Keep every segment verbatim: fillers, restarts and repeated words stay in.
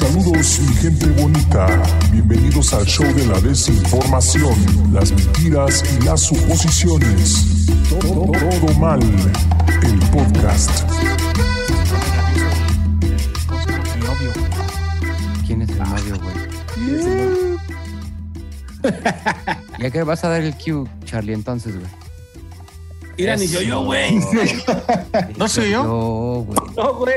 Saludos, mi gente bonita. Bienvenidos al show de la desinformación, las mentiras y las suposiciones. Todo, todo mal. El podcast. El novio. ¿Quién es el novio, güey? ¿Ya que vas a dar el cue, Charlie, entonces, güey? Mira, ni soy yo, güey. ¿No soy yo? No, güey. No, güey.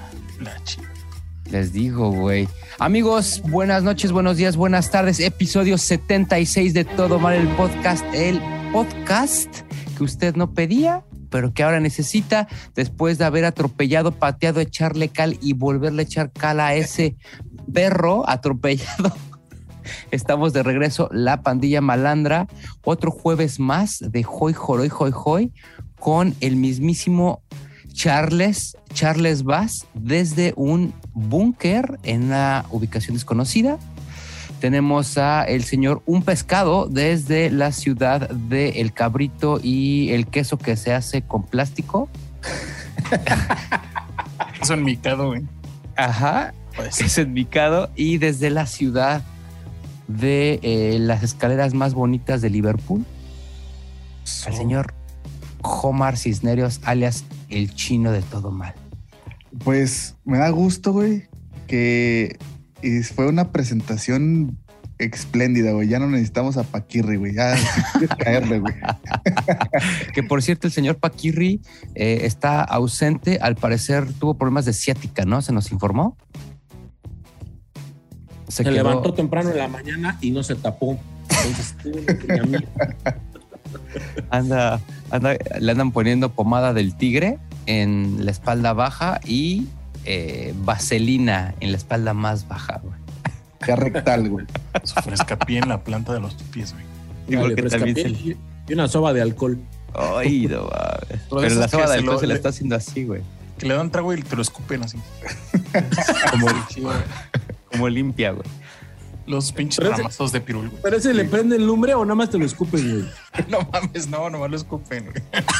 Les digo, güey. Amigos, buenas noches, buenos días, buenas tardes. Episodio setenta y seis de Todo Mal, el podcast. El podcast que usted no pedía, pero que ahora necesita después de haber atropellado, pateado, echarle cal y volverle a echar cal a ese perro atropellado. Estamos de regreso, la pandilla malandra. Otro jueves más de Hoy, Joroy, Hoy, Hoy, con el mismísimo Charles, Charles Bass, desde un búnker en una ubicación desconocida. Tenemos a el señor Un Pescado desde la ciudad de El Cabrito y el queso que se hace con plástico. Eso enmicado, güey. Ajá, pues es enmicado. Y desde la ciudad de eh, las escaleras más bonitas de Liverpool, so. al señor Omar Cisneros, alias el chino de Todo Mal. Pues me da gusto, güey, que fue una presentación espléndida, güey. Ya no necesitamos a Paquirri, güey. Ya hay que caerle, güey. Que por cierto, el señor Paquirri eh, está ausente. Al parecer tuvo problemas de ciática, ¿no? ¿Se nos informó? Se, se quedó... levantó temprano en la mañana y no se tapó. Entonces, anda, anda, le andan poniendo pomada del tigre en la espalda baja y eh, vaselina en la espalda más baja, güey. Ya rectal, güey. Su frescapié en la planta de los pies, güey. Igual que también se... y una soba de alcohol. Ay, no mames. Pero, Pero la soba de alcohol se, lo, se la está haciendo así, güey. Que le dan trago y te lo escupen así. como, como limpia, güey. Los pinches ramazos de pirul, güey. ¿Pero ese sí. le prende el lumbre o nada más te lo escupen, güey? No mames, no, nomás lo escupen, güey.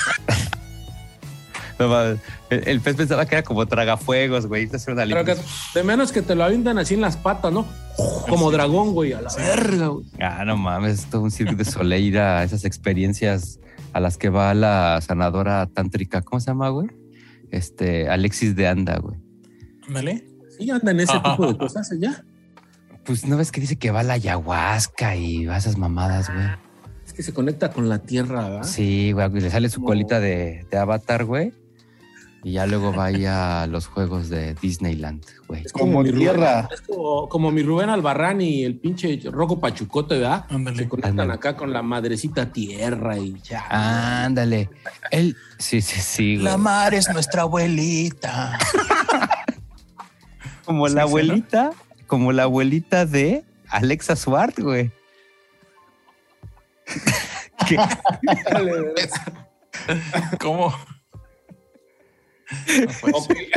No mames. El, el pez pensaba que era como tragafuegos, güey. Esto es una Pero que de menos que te lo avientan así en las patas, ¿no? Como sí. dragón, güey, a la sí. verga, güey. Ah, no mames, es todo un circo de Soleil, esas experiencias a las que va la sanadora tántrica. ¿Cómo se llama, güey? Este, Alexis de Anda, güey. ¿Vale? Sí, anda en ese Ajá. tipo de cosas allá. Pues no ves que dice que va la ayahuasca y va a esas mamadas, güey. Es que se conecta con la tierra, ¿verdad? Sí, güey, y le sale su no. colita de, de Avatar, güey. Y ya luego va ahí a los juegos de Disneyland, güey. Es como, como mi tierra. Rubén, es como, como mi Rubén Albarrán y el pinche Rocco Pachucote, ¿verdad? Ándale. Se conectan Ándale. acá con la madrecita tierra y ya. Ándale. Él, sí, sí, sí, güey. La mar es nuestra abuelita. Como la abuelita, ¿no? Como la abuelita de Alexa Suart, güey. ¿Qué? ¿Cómo? No okay.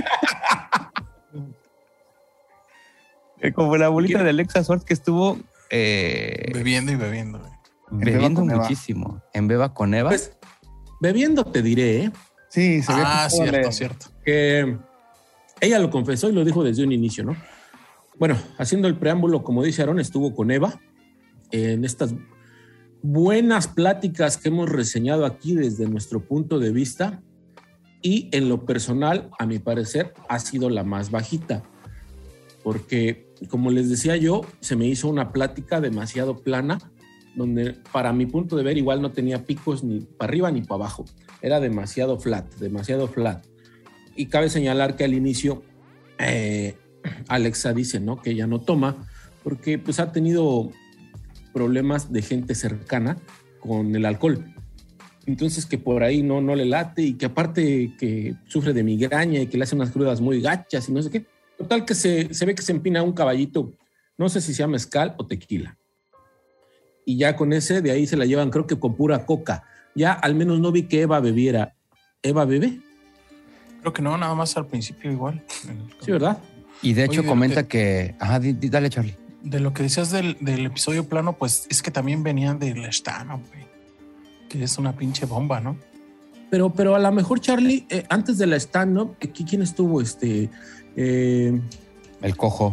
Como la abuelita de Alexa Suart que estuvo eh, bebiendo y bebiendo, güey. Bebiendo muchísimo. En Beba con Eva. Pues, bebiendo te diré, ¿eh? Sí, se ve. Ah, cierto, le... cierto. Que ella lo confesó y lo dijo desde un inicio, ¿no? Bueno, haciendo el preámbulo, como dice Aaron, estuvo con Eva en estas buenas pláticas que hemos reseñado aquí desde nuestro punto de vista y en lo personal, a mi parecer, ha sido la más bajita porque, como les decía yo, se me hizo una plática demasiado plana donde para mi punto de ver igual no tenía picos ni para arriba ni para abajo, era demasiado flat, demasiado flat y cabe señalar que al inicio eh, Alexa dice, ¿no? Que ella no toma porque pues ha tenido problemas de gente cercana con el alcohol. Entonces que por ahí no, no le late y que aparte que sufre de migraña y que le hace unas crudas muy gachas y no sé qué. Total que se, se ve que se empina un caballito, no sé si sea mezcal o tequila. Y ya con ese de ahí se la llevan creo que con pura coca. Ya al menos no vi que Eva bebiera. ¿Eva bebe? Creo que no, nada más al principio igual. Sí, ¿verdad? Y de hecho Oye, comenta de, que... Ajá, di, di, dale, Charlie. De lo que decías del, del episodio plano, pues es que también venían del stand-up, güey. Que es una pinche bomba, ¿no? Pero, pero a lo mejor, Charlie, eh, antes de la stand-up, ¿quién estuvo? Este, eh, el cojo.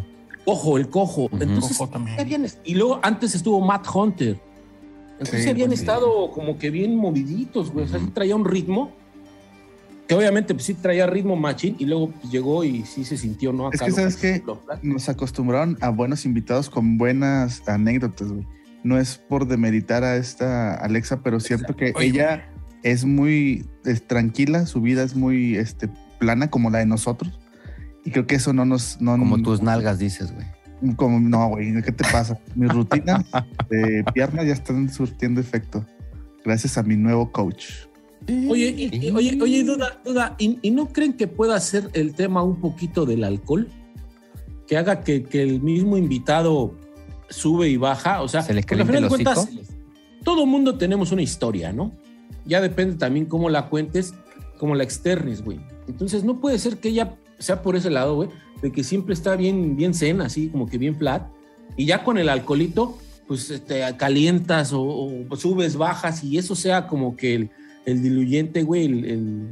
Cojo, el cojo. Uh-huh. Entonces, cojo también. Habían, y luego antes estuvo Matt Hunter. Entonces sí, habían pues, estado sí. como que bien moviditos, güey. Uh-huh. O sea, sí traía un ritmo. Que obviamente pues, sí traía ritmo machín y luego pues, llegó y sí se sintió, ¿no? Acá es que, ¿sabes qué? Nos acostumbraron a buenos invitados con buenas anécdotas, güey. No es por demeritar a esta Alexa, pero siento que Oye, ella güey. es muy es, tranquila, su vida es muy este, plana como la de nosotros. Y creo que eso no nos... No, como tus nalgas dices, güey. Como, no, güey, ¿qué te pasa? Mis rutinas de piernas ya están surtiendo efecto. Gracias a mi nuevo coach. Oye, y, y, oye, oye, duda, duda, ¿y, ¿y no creen que pueda ser el tema un poquito del alcohol? Que haga que, que el mismo invitado sube y baja, o sea, se le caliente el hocico. Todo mundo tenemos una historia, ¿no? Ya depende también cómo la cuentes, cómo la externes, güey. Entonces no puede ser que ella sea por ese lado, güey, de que siempre está bien, bien zen, así como que bien flat, y ya con el alcoholito, pues te calientas o, o subes, bajas, y eso sea como que el el diluyente, güey, el, el,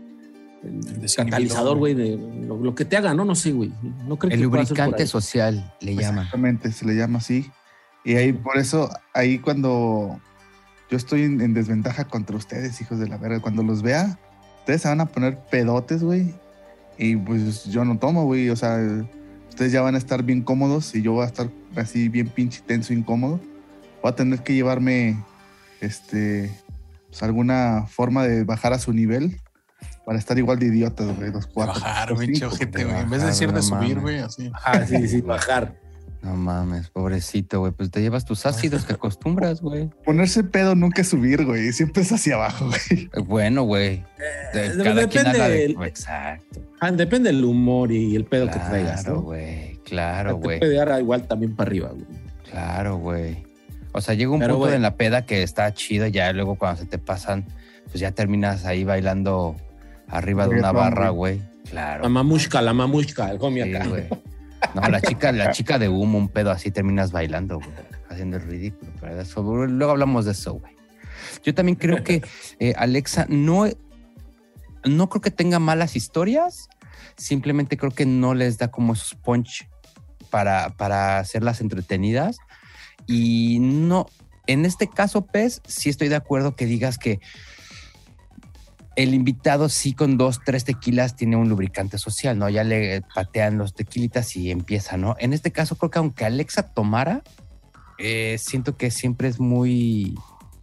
el, el catalizador, güey, de lo, lo que te haga, ¿no? No sé, güey. No creo el que lubricante social le llaman. Exactamente, se le llama así. Y ahí, por eso, ahí cuando yo estoy en, en desventaja contra ustedes, hijos de la verga, cuando los vea, ustedes se van a poner pedotes, güey, y pues yo no tomo, güey, o sea, ustedes ya van a estar bien cómodos y yo voy a estar así bien pinche tenso, incómodo. Voy a tener que llevarme, este... pues alguna forma de bajar a su nivel para estar igual de idiotas, güey, los cuatro. Bajar, güey, ojete, güey. En vez de decir de no subir, güey, así. Ah, sí, sí, bajar. No mames, pobrecito, güey. Pues te llevas tus ácidos que acostumbras, güey. Ponerse pedo nunca es subir, güey. Siempre es hacia abajo, güey. Bueno, güey. De, cada depende quien de, el, exacto. Ah, depende del humor y el pedo claro, que traigas, ¿no? Güey, claro, güey. Te puede dar igual también para arriba, güey. Claro, güey. O sea, llega un Pero, punto güey, en la peda que está chido y ya luego cuando se te pasan, pues ya terminas ahí bailando arriba de una barra, güey. Claro. La mamushka, la mamushka, el homie sí, acá. Güey. No, la chica, la chica de humo, un pedo así terminas bailando, güey, haciendo el ridículo. Pero eso, luego hablamos de eso, güey. Yo también creo que eh, Alexa no, no creo que tenga malas historias, simplemente creo que no les da como esos punch para, para hacerlas entretenidas. Y no, en este caso, Pez, sí estoy de acuerdo que digas que el invitado sí con dos, tres tequilas tiene un lubricante social, ¿no? Ya le patean los tequilitas y empieza, ¿no? En este caso creo que aunque Alexa tomara, eh, siento que siempre es muy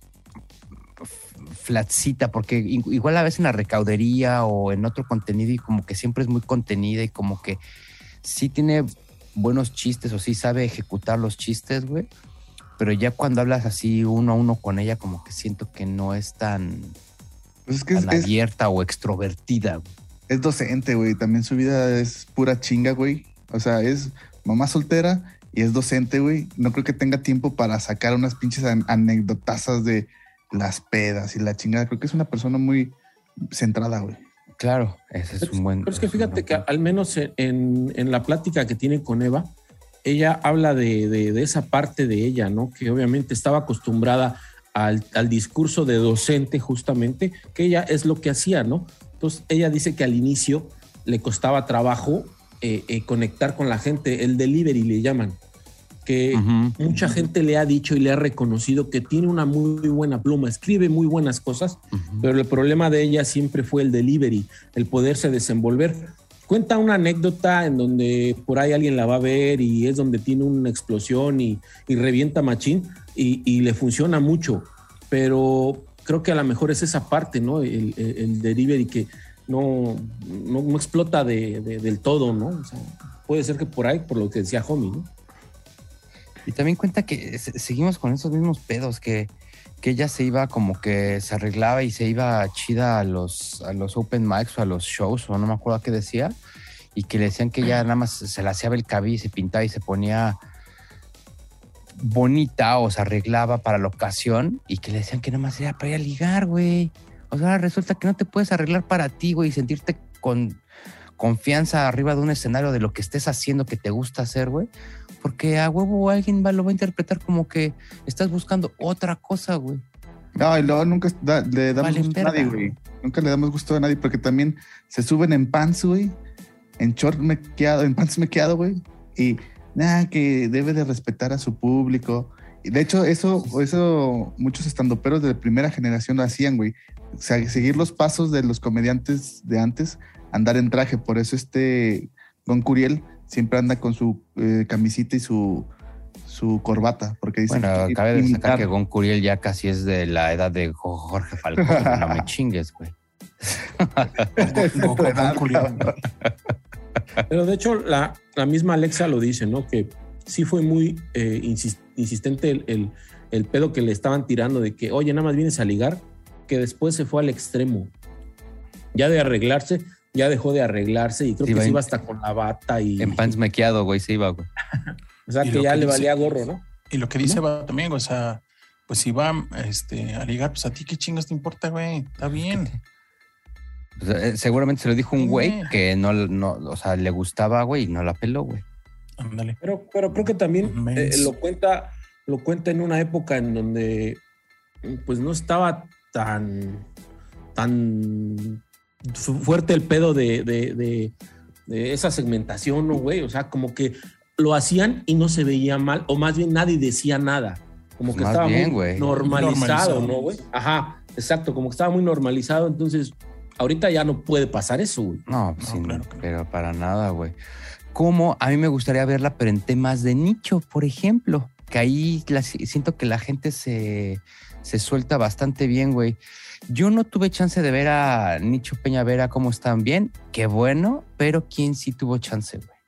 flatcita, porque igual a veces en la recaudería o en otro contenido y como que siempre es muy contenida y como que sí tiene buenos chistes o sí sabe ejecutar los chistes, güey. Pero ya cuando hablas así uno a uno con ella, como que siento que no es tan, pues es que tan es, abierta es, o extrovertida, güey. Es docente, güey. También su vida es pura chinga, güey. O sea, es mamá soltera y es docente, güey. No creo que tenga tiempo para sacar unas pinches an- anécdotazas de las pedas y la chingada. Creo que es una persona muy centrada, güey. Claro, ese es pero, un buen... Pero es que fíjate que al menos en, en la plática que tiene con Eva, ella habla de, de, de esa parte de ella, ¿no? Que obviamente estaba acostumbrada al, al discurso de docente justamente, que ella es lo que hacía, ¿no? Entonces ella dice que al inicio le costaba trabajo eh, eh, conectar con la gente, el delivery le llaman, que uh-huh. mucha gente le ha dicho y le ha reconocido que tiene una muy buena pluma, escribe muy buenas cosas, uh-huh. pero el problema de ella siempre fue el delivery, el poderse desenvolver. Cuenta una anécdota en donde por ahí alguien la va a ver y es donde tiene una explosión y, y revienta machín y, y le funciona mucho, pero creo que a lo mejor es esa parte, ¿no? El, el, el delivery que no, no, no explota de, de, del todo, ¿no? O sea, puede ser que por ahí, por lo que decía Homie, ¿no? Y también cuenta que seguimos con esos mismos pedos, que, que ella se iba como que se arreglaba y se iba chida a los, a los open mics o a los shows, o no me acuerdo qué decía, y que le decían que ella nada más se le hacía el cabello y se pintaba y se ponía bonita o se arreglaba para la ocasión, y que le decían que nada más era para ir a ligar, güey. O sea, resulta que no te puedes arreglar para ti, güey, y sentirte con confianza arriba de un escenario de lo que estés haciendo que te gusta hacer, güey. Porque a huevo alguien va, lo va a interpretar como que estás buscando otra cosa, güey. No, y luego nunca da, le damos vale, gusto a nadie, güey. Nunca le damos gusto a nadie porque también se suben en pants, güey. En short mequeado, en pants mequeado, güey. Y nah, que debe de respetar a su público. Y de hecho, eso, eso muchos estandoperos de primera generación lo hacían, güey. O sea, seguir los pasos de los comediantes de antes, andar en traje. Por eso este Gon Curiel siempre anda con su eh, camisita y su, su corbata. Porque dice bueno, que cabe destacar imitar. que Gon Curiel ya casi es de la edad de Jorge Falcón. No me chingues, güey. Goku, Goku, León. Pero de hecho, la, la misma Alexa lo dice, ¿no? Que sí fue muy eh, insist, insistente el, el, el pedo que le estaban tirando de que, oye, nada más vienes a ligar, que después se fue al extremo. Ya de arreglarse, ya dejó de arreglarse y creo Sí, que va se en- iba hasta con la bata y... En pants mequeado, güey, se iba, güey. O sea, Y que lo ya que le dice- valía gorro, ¿no? Y lo que dice va también, o sea, pues si va este, a ligar, pues a ti qué chingas te importa, güey. Está bien. O sea, eh, seguramente se lo dijo un Sí. güey que no, no, o sea, le gustaba, güey, y no la peló, güey. Ándale. Pero, pero creo que también eh, Mens. lo cuenta, lo cuenta en una época en donde pues no estaba tan, tan fu- fuerte el pedo de, de, de, de esa segmentación, ¿no, güey? O sea, como que lo hacían y no se veía mal, o más bien nadie decía nada. Como Pues que más estaba bien, muy güey. normalizado, Normalizado. ¿no, güey? Ajá, exacto, como que estaba muy normalizado, entonces ahorita ya no puede pasar eso, güey. No, pues No, sí, claro que no. pero para nada, güey. Como a mí me gustaría verla, pero en temas de nicho, por ejemplo, que ahí la- siento que la gente se, se suelta bastante bien, güey. Yo no tuve chance de ver a Nicho Peña Vera cómo están bien, qué bueno, pero ¿quién sí tuvo chance, güey?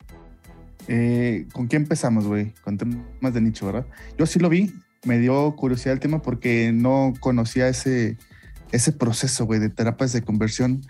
Eh, ¿Con qué empezamos, güey? Con temas de nicho, ¿verdad? Yo sí lo vi, me dio curiosidad el tema porque no conocía ese, ese proceso, güey, de terapias de conversión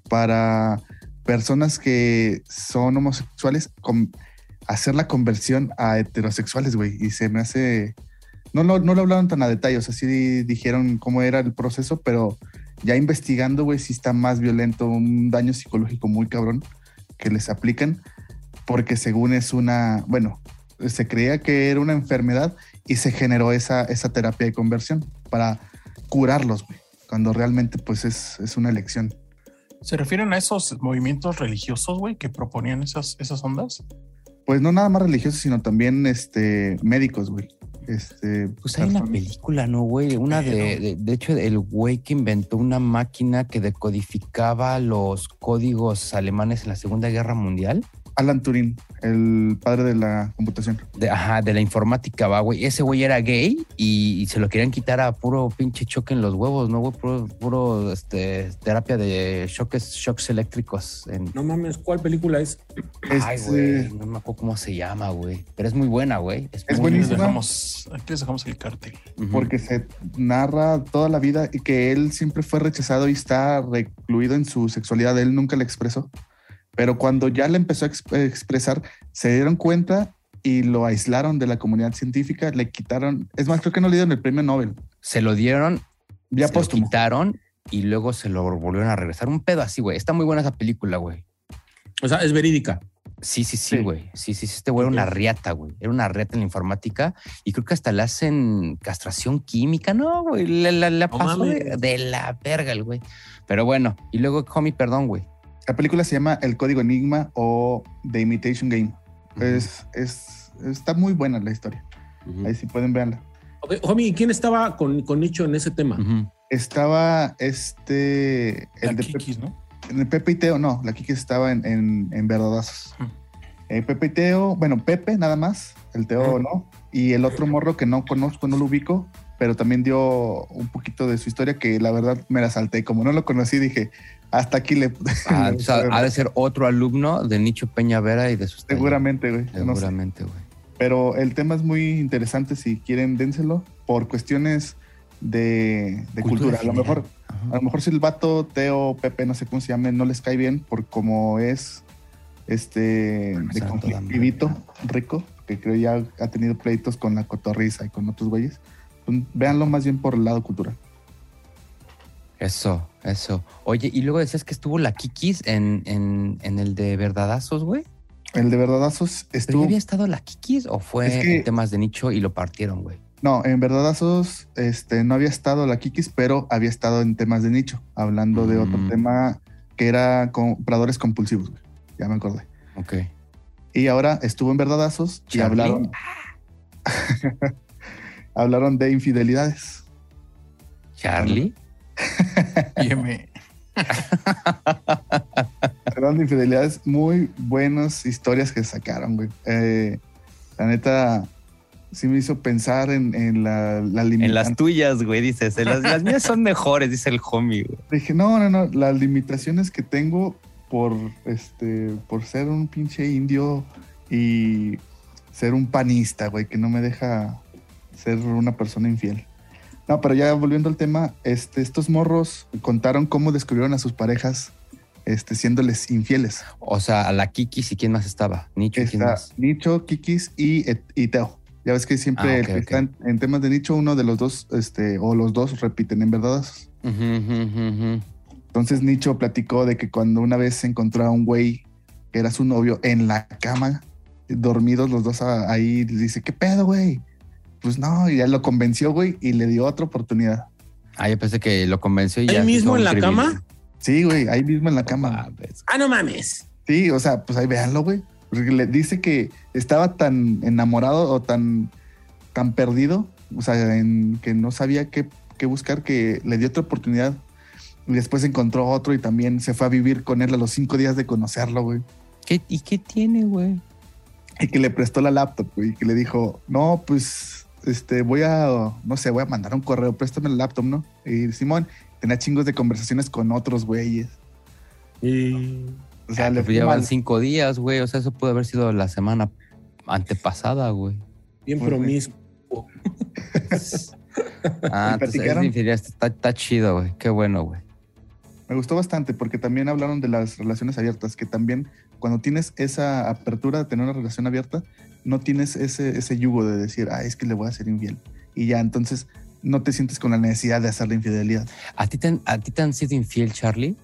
para personas que son homosexuales, con hacer la conversión a heterosexuales, güey. Y se me hace... No, no, no lo hablaron tan a detalle, o sea, sí dijeron cómo era el proceso, pero ya investigando, güey, sí está más violento, un daño psicológico muy cabrón que les aplican, porque según es una, bueno, se creía que era una enfermedad y se generó esa, esa terapia de conversión para curarlos, güey, cuando realmente pues es, es una elección. ¿Se refieren a esos movimientos religiosos, güey, que proponían esas, esas ondas? Pues no nada más religiosos, sino también este, médicos, güey. Este, Pues hay una personas- película, ¿no, güey? Una de, de, de hecho, el güey que inventó una máquina que decodificaba los códigos alemanes en la Segunda Guerra Mundial. Alan Turing, el padre de la computación. De, ajá, de la informática, va, güey. Ese güey era gay y, y se lo querían quitar a puro pinche choque en los huevos, ¿no, güey? Puro, puro este, terapia de choques, shocks eléctricos. En... No mames, ¿cuál película es? Ay, Este, güey, no me acuerdo cómo se llama, güey. Pero es muy buena, güey. Es Aquí les buenísima. dejamos, aquí les dejamos el cartel. Ujú. Porque se narra toda la vida y que él siempre fue rechazado y está recluido en su sexualidad. Él nunca la expresó. Pero cuando ya le empezó a exp- expresar, se dieron cuenta y lo aislaron de la comunidad científica, le quitaron, es más, creo que no le dieron el premio Nobel. Se lo dieron, Ya se lo póstumo. quitaron y luego se lo volvieron a regresar. Un pedo así, güey. Está muy buena esa película, güey. O sea, es verídica. Sí, sí, sí, Sí. güey. Sí, sí, sí, este güey era una riata, güey. Era una riata en la informática y creo que hasta le hacen castración química, ¿no, güey? Le, la, la No pasó de, mames. de la verga el güey. Pero bueno, y luego, homie, perdón, güey. La película se llama El Código Enigma o The Imitation Game. Ujú. es, es, está muy buena la historia. Ujú. Ahí sí pueden verla. Ok, homie, ¿y quién estaba con, con Nicho en ese tema? Ujú. Estaba este, La el de Kikis, Pe- ¿no? en el Pepe y Teo, no, la Kiki estaba en, en, en Verdadazos. Ujú. Eh, Pepe y Teo, bueno, Pepe nada más, el Teo no, y el otro morro que no conozco, no lo ubico, pero también dio un poquito de su historia que la verdad me la salté. Como no lo conocí, dije, hasta aquí le... Ah, le- o sea, ha de ser otro alumno de Nicho Peña Vera y de sus talleres. Seguramente, güey. no sé. Seguramente, güey. Pero el tema es muy interesante, si quieren, dénselo, por cuestiones de, de cultura. A lo general. mejor Ajá. A lo mejor si el vato, Teo, Pepe, no sé cómo se llame, no les cae bien por cómo es este de Está toda conflictivito, madre. rico, que creo ya ha tenido pleitos con la cotorriza y con otros güeyes. Pues, véanlo más bien por el lado cultural. Eso, eso. Oye, y luego decías que estuvo la Kikis en, en, en el de Verdadazos, güey. El de Verdadazos ¿Pero estuvo... ya había estado la Kikis o fue Es que- en temas de nicho y lo partieron, güey? No, en Verdadazos este, no había estado la Kikis, pero había estado en temas de nicho, hablando de otro Mm. tema que era compradores compulsivos, güey. Ya me acordé. Ok. Y ahora estuvo en Verdadazos y Charlie. hablaron, hablaron de infidelidades. Charlie. Y me- Hablaron de infidelidades, muy buenas historias que sacaron, güey. Eh, la neta, sí me hizo pensar en, en la, la En las limitación. tuyas, güey, dices. En las, las mías son mejores, dice el homie, güey. Dije, no, no, no, las limitaciones que tengo por, este, por ser un pinche indio y ser un panista, güey, que no me deja ser una persona infiel. No, pero ya volviendo al tema, este, estos morros contaron cómo descubrieron a sus parejas este, siéndoles infieles. O sea, a la Kikis y quién más estaba. Nicho y quién Está más. Nicho, Kikis y, y Teo. Ya ves que siempre Ah, el ok, que ok. está en, en temas de nicho, uno de los dos, este, o los dos repiten en verdad. Ujú, ujú, ujú. Entonces Nicho platicó de que cuando una vez se encontró a un güey que era su novio en la cama, dormidos los dos a- ahí, le dice, ¿qué pedo, güey? Pues no, y ya lo convenció, güey, y le dio otra oportunidad. Ah, yo pensé que lo convenció y ¿Ahí ya. se mismo hizo en un la criminal. cama? Sí, güey, ahí mismo en la cama. Mames. Ah, no mames. Sí, o sea, pues ahí véanlo, güey. Porque le dice que estaba tan enamorado o tan, tan perdido, o sea, en que no sabía qué, qué buscar, que le dio otra oportunidad. Y después encontró otro y también se fue a vivir con él a los cinco días de conocerlo, güey. ¿Qué, ¿Y qué tiene, güey? Y que le prestó la laptop, güey. Y que le dijo, no, pues, este, voy a, no sé, voy a mandar un correo, préstame la laptop, ¿no? Y Simón tenía chingos de conversaciones con otros güeyes. Y... O sea, Ah, le pues fue ya mal. van cinco días, güey. O sea, eso pudo haber sido la semana antepasada, güey. Bien Muy bien. promiscuo. Ah, entonces platicaron? es infidelidad. Está, está chido, güey. Qué bueno, güey. Me gustó bastante porque también hablaron de las relaciones abiertas, que también cuando tienes esa apertura de tener una relación abierta, no tienes ese, ese yugo de decir, ah, es que le voy a hacer infiel. Y ya, entonces no te sientes con la necesidad de hacer la infidelidad. ¿A ti te han, a ti te han sido infiel, Charlie?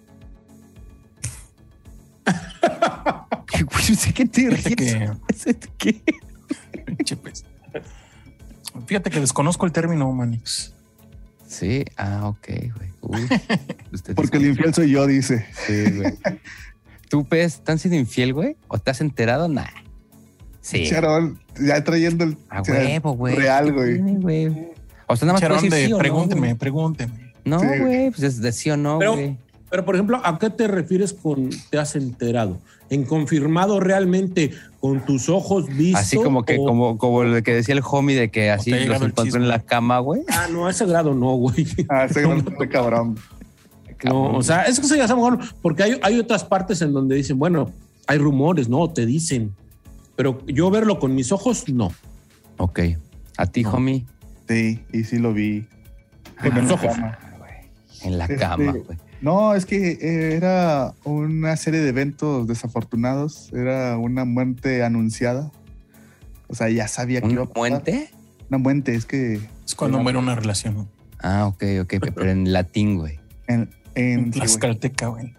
¿Qué, güey? No sé qué te Fíjate ríes. que, ¿Qué? pinche pez. Fíjate que desconozco el término, Manix. Sí, ah, ok, güey. Uy, usted Porque el infiel soy yo, dice. Sí, güey. ¿Tú, Pez, te han sido infiel, güey? ¿O te has enterado? Nah. Sí. Charol, ya trayendo el A o sea, huevo, güey. real, ¿Qué güey. tiene, güey? O sea, nada más Charón puedes decir de sí o no, pregúnteme, güey. pregúnteme. No, Sí. güey, pues es de sí o no, Pero- güey. Pero, por ejemplo, ¿a qué te refieres con te has enterado? ¿En confirmado realmente con tus ojos vistos? Así como que, o- como, como lo que decía el homie de que así te ha los llegado el encontró chisme. en la cama, güey. Ah, no, a ese grado no, güey. Ah, ese gran puto cabrón. No, o sea, es que eso ya está mejor, porque hay, hay otras partes en donde dicen, bueno, hay rumores, no, te dicen. Pero yo verlo con mis ojos, no. Ok. ¿A ti, No. homie? Sí, y sí lo vi. Con En tus la ojos. cama. En la Este, cama, güey. No, es que eh, era una serie de eventos desafortunados. Era una muerte anunciada. O sea, ya sabía que iba a ¿Un pasar. puente? Una muerte, es que Es cuando muere una relación. Ah, ok, ok, pero en latín, güey. en, en- En sí, güey. Tlaxcalteca, güey.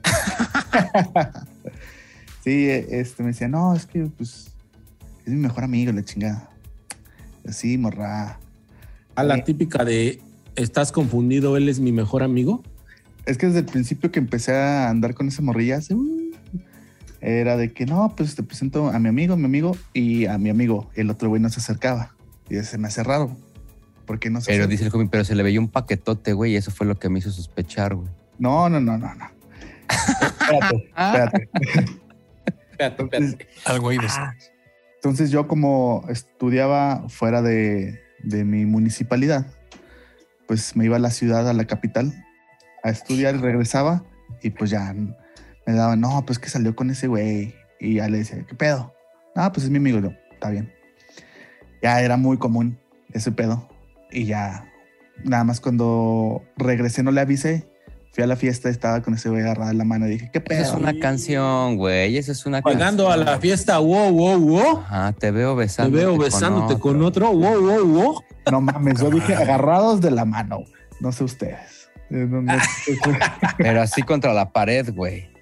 Sí, eh, este me decía, no, es que pues es mi mejor amigo, la chingada. Así, morra. A la Sí. típica de, ¿estás confundido? ¿Él es mi mejor amigo? Es que desde el principio que empecé a andar con esa morrilla, así, uh, era de que no, pues te presento a mi amigo, a mi amigo y a mi amigo. El otro güey no se acercaba. Y se me hace raro. ¿Por qué no se Pero acerca? dice el homie, pero se le veía un paquetote, güey, y eso fue lo que me hizo sospechar, güey. No, no, no, no, no. Espérate, espérate. Espérate, Entonces, Al güey de Ah. entonces yo como estudiaba fuera de, de mi municipalidad, pues me iba a la ciudad, a la capital, a estudiar y regresaba y pues ya me daban, no, pues que salió con ese güey. Y ya le decía, ¿qué pedo? Ah, pues es mi amigo. Y yo, está bien. Ya era muy común ese pedo. Y ya, nada más cuando regresé no le avisé. Fui a la fiesta, estaba con ese güey agarrado en la mano y dije, ¿qué pedo? Esa es una canción, güey. Esa es una Llegando canción. a la fiesta, wow, wow, wow. Ajá, te veo Te besándote. veo besándote otro. con otro, wow, wow, wow. No mames, yo dije agarrados de la mano. Güey. No sé ustedes. Eh, no, no- Pero así contra la pared, güey.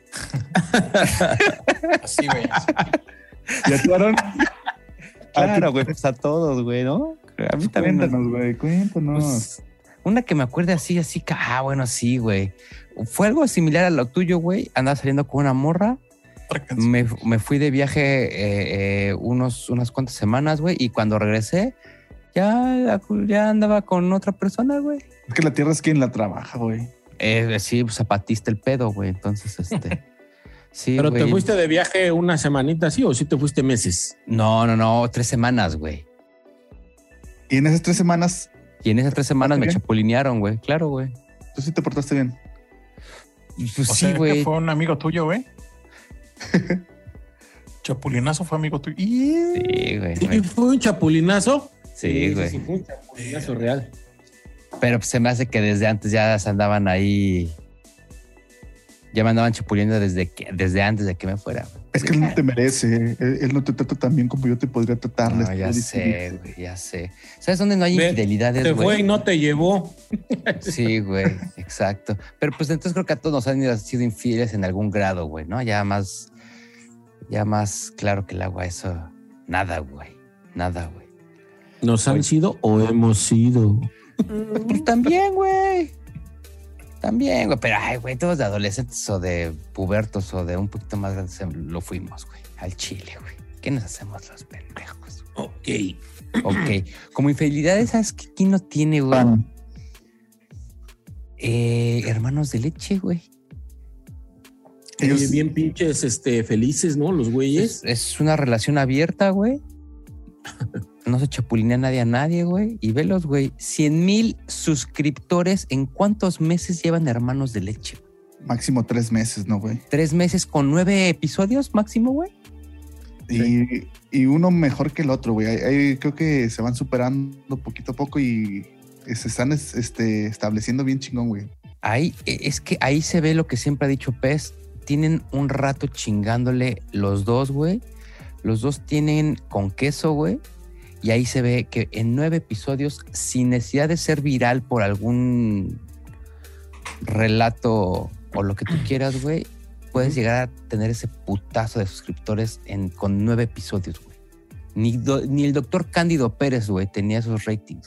Así, güey. así. ¿Ya actuaron? Claro, güey, pues a todos, güey, ¿no? A mí también. Cuéntanos, güey, cuéntanos. Pues, una que me acuerde así, así, que, ah, bueno, sí, güey. Fue algo similar a lo tuyo, güey. Andaba saliendo con una morra Otra canción. Me, me fui de viaje eh, eh, unos, unas cuantas semanas, güey, y cuando regresé, ya, ya andaba con otra persona, güey. Es que la tierra es quien la trabaja, güey. Eh, sí, pues zapatiste el pedo, güey. Entonces, este. Sí, ¿Pero güey. te fuiste de viaje una semanita, sí, o sí te fuiste meses? No, no, no, tres semanas, güey. Y en esas tres semanas, Y en esas tres semanas me bien? chapulinearon, güey. Claro, güey. tú sí te portaste bien. Pues O sí, sea, que güey. fue un amigo tuyo, güey. Chapulinazo fue amigo tuyo. Y... Sí, güey. ¿Y güey. fue un chapulinazo? Sí, güey. Sí, fue un chapulinazo real. Pero pues, se me hace que desde antes ya se andaban ahí. Ya me andaban chapulineando desde, que, desde antes de que me fuera. Güey. Es que él no te merece. Él, él no te trata tan bien como yo te podría tratarles. No, ya sé, güey, ya sé. ¿Sabes dónde no hay Ve, infidelidades, Te güey? fue y no te llevó. Sí, güey, exacto. Pero pues entonces creo que a todos nos han sido infieles en algún grado, güey, ¿no? Ya más, ya más claro que el agua, eso, nada, güey, nada, güey. ¿Nos han Oye. sido o hemos sido? Pues también, güey. También, güey. Pero, ay, güey, todos de adolescentes o de pubertos o de un poquito más grandes lo fuimos, güey. Al chile, güey. ¿Qué nos hacemos los pendejos? Ok. Ok. Como infidelidades, ¿sabes qué? ¿Quién no tiene, güey? Eh, hermanos de leche, güey. Ellos- Oye, bien pinches este, felices, ¿no? Los güeyes. Es, es una relación abierta, güey. No se chapulinea nadie a nadie, güey. Y velos, güey. cien mil suscriptores. ¿En cuántos meses llevan hermanos de leche? Máximo tres meses, ¿no, güey? ¿Tres meses con nueve episodios máximo, güey? Y, y uno mejor que el otro, güey. Ahí- ahí creo que se van superando poquito a poco y se están es- este, estableciendo bien chingón, güey. Ahí, es que ahí se ve lo que siempre ha dicho Pez. Tienen un rato chingándole los dos, güey. Los dos tienen con queso, güey. Y ahí se ve que en nueve episodios, sin necesidad de ser viral por algún relato o lo que tú quieras, güey, puedes llegar a tener ese putazo de suscriptores en, con nueve episodios, güey. Ni, do- ni el doctor Cándido Pérez, güey, tenía esos ratings.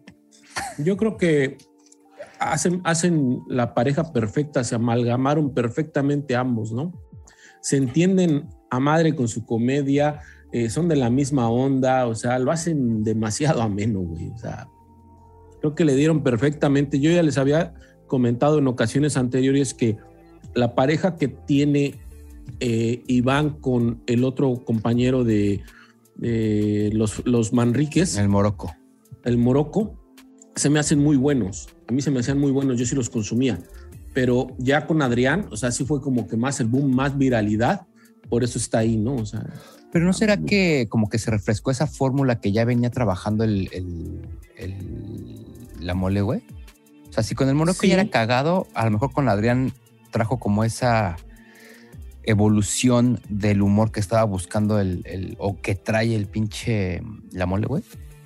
Yo creo que hacen, hacen la pareja perfecta, se amalgamaron perfectamente ambos, ¿no? Se entienden a madre con su comedia, eh, son de la misma onda, o sea, lo hacen demasiado ameno, güey. O sea, creo que le dieron perfectamente. Yo ya les había comentado en ocasiones anteriores que la pareja que tiene eh, Iván con el otro compañero de, de los, los Manríquez, El Morocco. el Morocco, se me hacen muy buenos. A mí se me hacían muy buenos, yo sí los consumía. Pero ya con Adrián, o sea, sí fue como que más el boom, más viralidad. Por eso está ahí, ¿no? O sea, Pero ¿no será que como que se refrescó esa fórmula que ya venía trabajando el, el- el- la mole, güey? O sea, si con el Morocco Sí. ya era cagado, a lo mejor con Adrián trajo como esa evolución del humor que estaba buscando el, el- o que trae el pinche la mole, güey.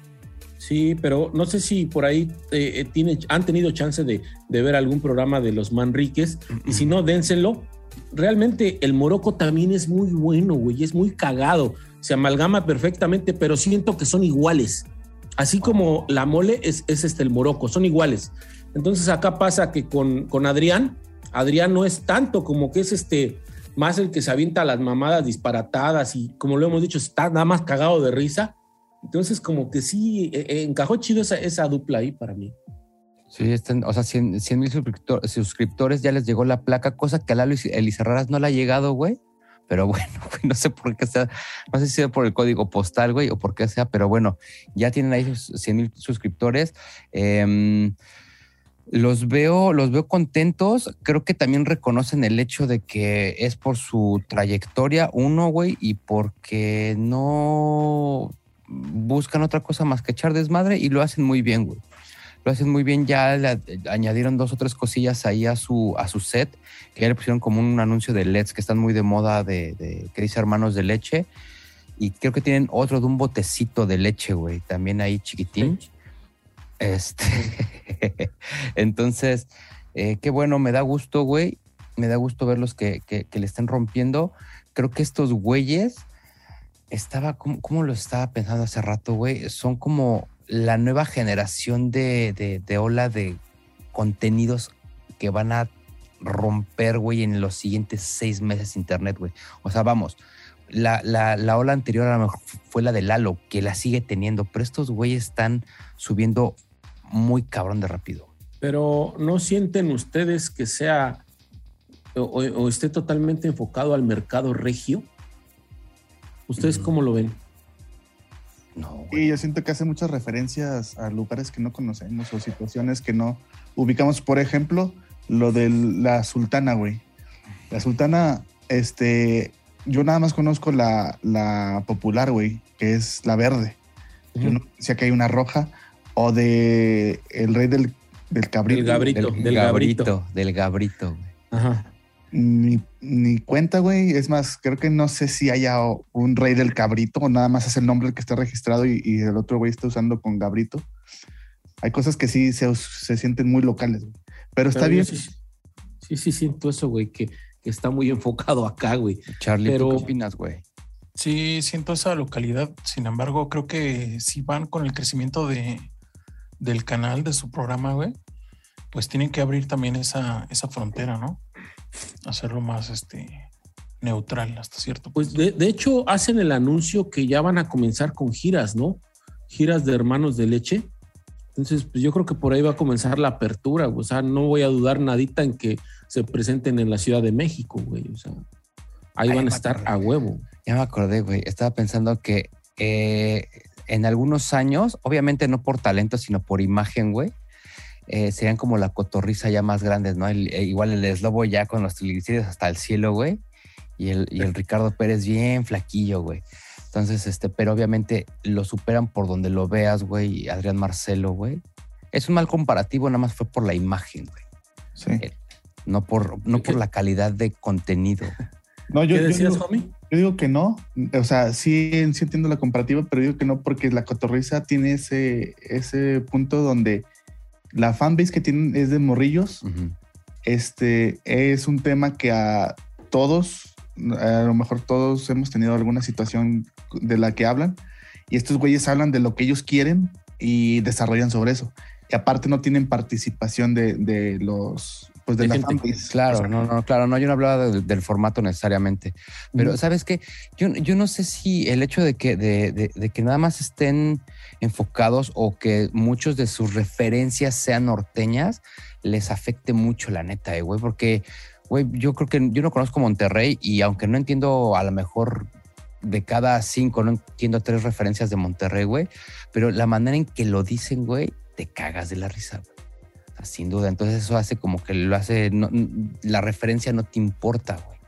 sí, pero no sé si por ahí eh, eh, tiene, han tenido chance de, de ver algún programa de los Manríquez. Y si no, dénselo. Realmente el Morocco también es muy bueno, güey. Es muy cagado. Se amalgama perfectamente, pero siento que son iguales. Así como la mole es, es este el Morocco, son iguales. Entonces acá pasa que con, con Adrián, Adrián no es tanto como que es este más el que se avienta las mamadas disparatadas y como lo hemos dicho, está nada más cagado de risa. Entonces como que sí, eh, eh, encajó chido esa, esa dupla ahí para mí. Sí, están, o sea, cien mil suscriptor- suscriptores ya les llegó la placa, cosa que a Lalo Elizarraras no le ha llegado, güey. Pero bueno, güey, no sé por qué sea, no sé si sea por el código postal, güey, o por qué sea, pero bueno, ya tienen ahí sus cien mil suscriptores. Eh, los veo, los veo contentos. Creo que también reconocen el hecho de que es por su trayectoria, uno, güey, y porque no buscan otra cosa más que echar desmadre y lo hacen muy bien, güey. Lo hacen muy bien, ya le añadieron dos o tres cosillas ahí a su, a su set, que ya le pusieron como un anuncio de L E Ds que están muy de moda, de, de que dice hermanos de leche, y creo que tienen otro de un botecito de leche, güey, también ahí chiquitín. Sí. Este, entonces, eh, qué bueno, me da gusto, güey, me da gusto verlos que, que, que le estén rompiendo. Creo que estos güeyes, estaba, ¿cómo, cómo lo estaba pensando hace rato, güey? Son como la nueva generación de, de, de ola de contenidos que van a romper, güey, en los siguientes seis meses internet, güey. O sea, vamos, la, la, la ola anterior a lo mejor fue la de Lalo, que la sigue teniendo, pero estos güeyes están subiendo muy cabrón de rápido. Pero ¿no sienten ustedes que sea o, o esté totalmente enfocado al mercado regio? ¿Ustedes mm. cómo lo ven? No, y yo siento que hace muchas referencias a lugares que no conocemos o situaciones que no ubicamos. Por ejemplo, lo de la Sultana, güey. La Sultana, este, yo nada más conozco la, la popular, güey, que es la verde. Uh-huh. Yo no decía que hay una roja. O de el rey del, del cabrito. Del gabrito. Del, del gabrito, gabrito. Del gabrito, güey. Ajá. Ni, ni cuenta, güey. Es más, creo que no sé si haya un rey del cabrito o nada más es el nombre el que está registrado y, y el otro güey está usando con gabrito. Hay cosas que sí se, se sienten muy locales, güey. Pero está Pero bien. Sí, sí, sí, siento eso, güey, que, que está muy enfocado acá, güey. Charlie, Pero... ¿tú qué opinas, güey? Sí, siento esa localidad. Sin embargo, creo que si van con el crecimiento de, del canal, de su programa, güey, pues tienen que abrir también esa, esa frontera, ¿no? Hacerlo más este, neutral hasta cierto punto. Pues de, de hecho hacen el anuncio que ya van a comenzar con giras, ¿no? Giras de hermanos de leche. Entonces, pues yo creo que por ahí va a comenzar la apertura, o sea, no voy a dudar nadita en que se presenten en la Ciudad de México, güey, o sea, ahí Ay, van a estar a huevo. Ya me acordé, güey, estaba pensando que eh, en algunos años, obviamente no por talento, sino por imagen, güey, Eh, serían como la cotorriza ya más grandes, ¿no? El, eh, igual el Eslobo ya con los triglicéridos hasta el cielo, güey. Y el, y el Ricardo Pérez bien flaquillo, güey. Entonces, este, pero obviamente lo superan por donde lo veas, güey. Adrián Marcelo, güey. Es un mal comparativo, nada más fue por la imagen, güey. Sí. Eh, no por, no por la calidad de contenido. No, yo, ¿Qué decías, yo digo, homie? Yo digo que no. O sea, sí, sí entiendo la comparativa, pero digo que no porque la cotorriza tiene ese, ese punto donde la fanbase que tienen es de morrillos. Uh-huh. Este es un tema que a todos, a lo mejor todos hemos tenido alguna situación de la que hablan y estos güeyes hablan de lo que ellos quieren y desarrollan sobre eso. Y aparte no tienen participación de, de los... Pues de, de la gente. fanbase. Claro, o sea, no, no, claro, no, yo no hablaba de, del formato necesariamente. Pero, uh-huh. ¿sabes qué? Yo, yo no sé si el hecho de que, de, de, de que nada más estén enfocados o que muchos de sus referencias sean norteñas les afecte mucho, la neta, eh, güey, porque, güey, yo creo que yo no conozco Monterrey y aunque no entiendo a lo mejor de cada cinco, no entiendo tres referencias de Monterrey, güey, pero la manera en que lo dicen, güey, te cagas de la risa, güey. Sin duda, entonces eso hace como que lo hace, no, la referencia no te importa, güey.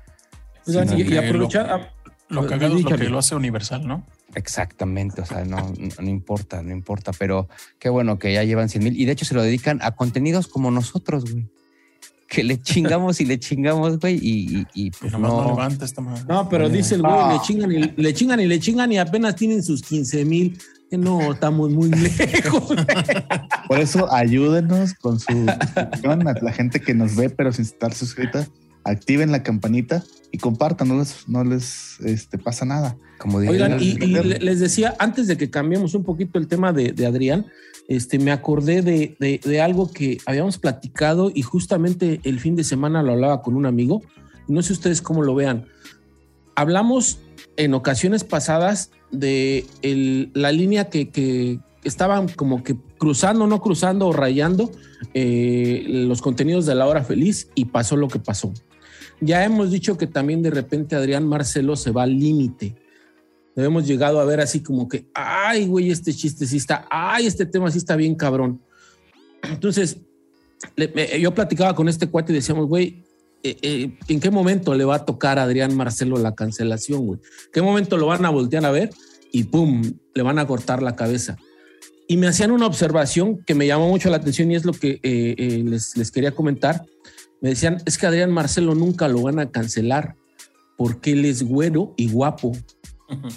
O sea, y, y aprovechar... Lo, lo cagado es lo que lo hace universal, ¿no? Exactamente, o sea, no, no, no importa, no importa, pero qué bueno que ya llevan cien mil y de hecho se lo dedican a contenidos como nosotros, güey. Que le chingamos y le chingamos, güey, y, y, y pues no... no levanta esta madre. No, pero dice el güey, ah. le chingan y le chingan y le chingan y apenas tienen sus quince mil. Que no, estamos muy lejos. Por eso ayúdenos con su suscripción a la gente que nos ve, pero sin estar suscrita. Activen la campanita y compartan, no les, no les este, pasa nada. Como Oigan, y, y les decía, antes de que cambiemos un poquito el tema de, de Adrián, este, me acordé de, de, de algo que habíamos platicado y justamente el fin de semana lo hablaba con un amigo. No sé ustedes cómo lo vean. Hablamos en ocasiones pasadas de el, la línea que, que estaban como que cruzando, no cruzando o rayando eh, los contenidos de La Hora Feliz y pasó lo que pasó. Ya hemos dicho que también de repente Adrián Marcelo se va al límite. Hemos llegado a ver así como que, ay, güey, este chiste sí está, ay, este tema sí está bien cabrón. Entonces, le, me, yo platicaba con este cuate y decíamos, güey, Eh, eh, ¿en qué momento le va a tocar a Adrián Marcelo la cancelación, güey? ¿Qué momento lo van a voltear a ver y pum, le van a cortar la cabeza? Y me hacían una observación que me llamó mucho la atención y es lo que eh, eh, les, les quería comentar. Me decían, es que Adrián Marcelo nunca lo van a cancelar porque él es güero y guapo. Uh-huh.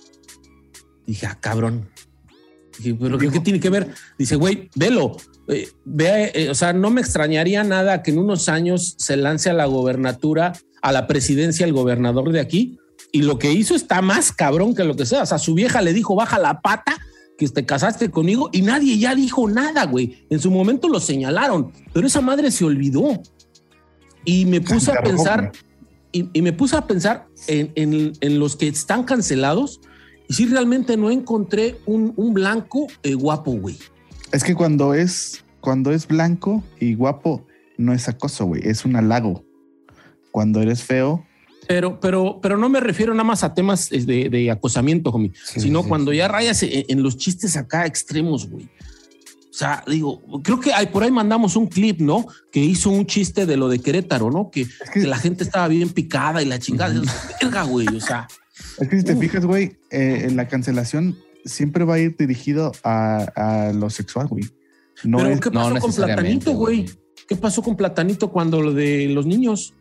Dije, ah, cabrón. Dije, ¿pero qué, qué tiene que ver? Dice, güey, velo. Eh, ve, eh, o sea, no me extrañaría nada que en unos años se lance a la gobernatura, a la presidencia, el gobernador de aquí, y lo que hizo está más cabrón que lo que sea. O sea, su vieja le dijo, baja la pata, que te casaste conmigo, y nadie ya dijo nada, güey. En su momento lo señalaron, pero esa madre se olvidó. Y me puse a Santiago, pensar, y, y me puse a pensar en, en, en los que están cancelados, y sí realmente no encontré un, un blanco eh, guapo, güey. Es que cuando es, cuando es blanco y guapo, no es acoso, güey, es un halago. Cuando eres feo. Pero, pero, pero no me refiero nada más a temas de, de acosamiento, homie, Sí, sino sí, cuando sí. ya rayas en, en los chistes acá extremos, güey. O sea, digo, creo que hay, por ahí mandamos un clip, ¿no? Que hizo un chiste de lo de Querétaro, ¿no? Que, Es que, que la gente estaba bien picada y la chingada. Ujú. Verga, güey, o sea. es que si te Uf. fijas, güey, eh, la cancelación siempre va a ir dirigido a, a lo sexual, güey. No Pero es, ¿qué no pasó con necesariamente, Platanito, güey? güey. ¿Qué pasó con Platanito cuando lo de los niños?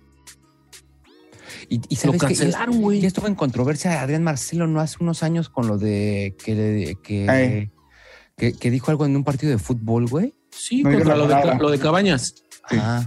Y, y Lo sabes que cancelaron, ya, güey. ya estuvo en controversia Adrián Marcelo no hace unos años con lo de que, que, Ay. que, que dijo algo en un partido de fútbol, güey. Sí, No digas contra la lo de, palabra. lo de Cabañas. Sí. Ah,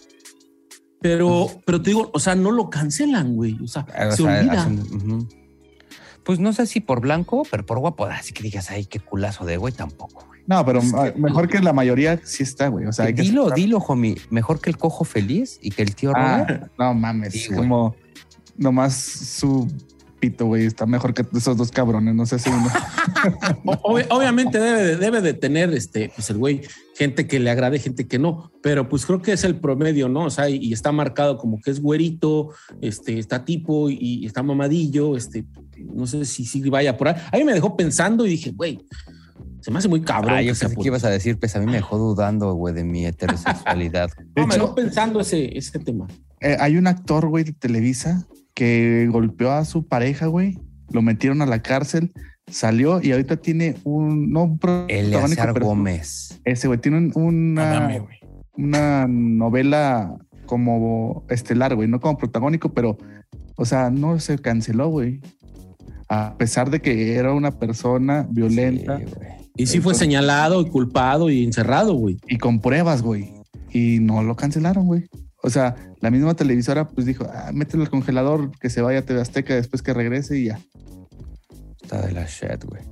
Pero, pero te digo, o sea, no lo cancelan, güey. O sea, o se sea, olvida. hacen- ujú. Pues no sé si por blanco, pero por guapo, así que digas, ay, qué culazo de güey, tampoco, güey. no, pero Es que- ah, mejor que la mayoría sí está, güey. O sea, hay que Dilo, aceptar. dilo, homie. Mejor que el cojo feliz y que el tío Robert. Ah, no mames, Sí, güey. como nomás su pito, güey, está mejor que esos dos cabrones, no sé si uno. O- ob- obviamente debe de, debe de tener este, pues el güey, gente que le agrade, gente que no, pero pues creo que es el promedio, ¿no? O sea, y, y está marcado como que es güerito, este, está tipo y, y está mamadillo, este, no sé si sí vaya por ahí. A mí me dejó pensando y dije, güey, se me hace muy cabrón. Ah, yo que sea pensé por- que ibas a decir, pues a mí me dejó dudando, güey, de mi heterosexualidad. No, me hecho- dejó pensando ese, ese tema. Eh, hay un actor, güey, de Televisa que golpeó a su pareja, güey, lo metieron a la cárcel, salió y ahorita tiene un, no un protagónico, Eleazar pero Gómez. ese, güey, tiene un- una, Adame, güey. una novela como estelar, güey, no como protagónico, pero, o sea, no se canceló, güey. A pesar de que era una persona violenta Sí, güey. Y sí fue Entonces- señalado y culpado y encerrado, güey. y con pruebas, güey, y no lo cancelaron, güey. O sea, la misma televisora pues dijo, ah, mételo al congelador, que se vaya a T V Azteca después que regrese y ya. Está de la shit, güey.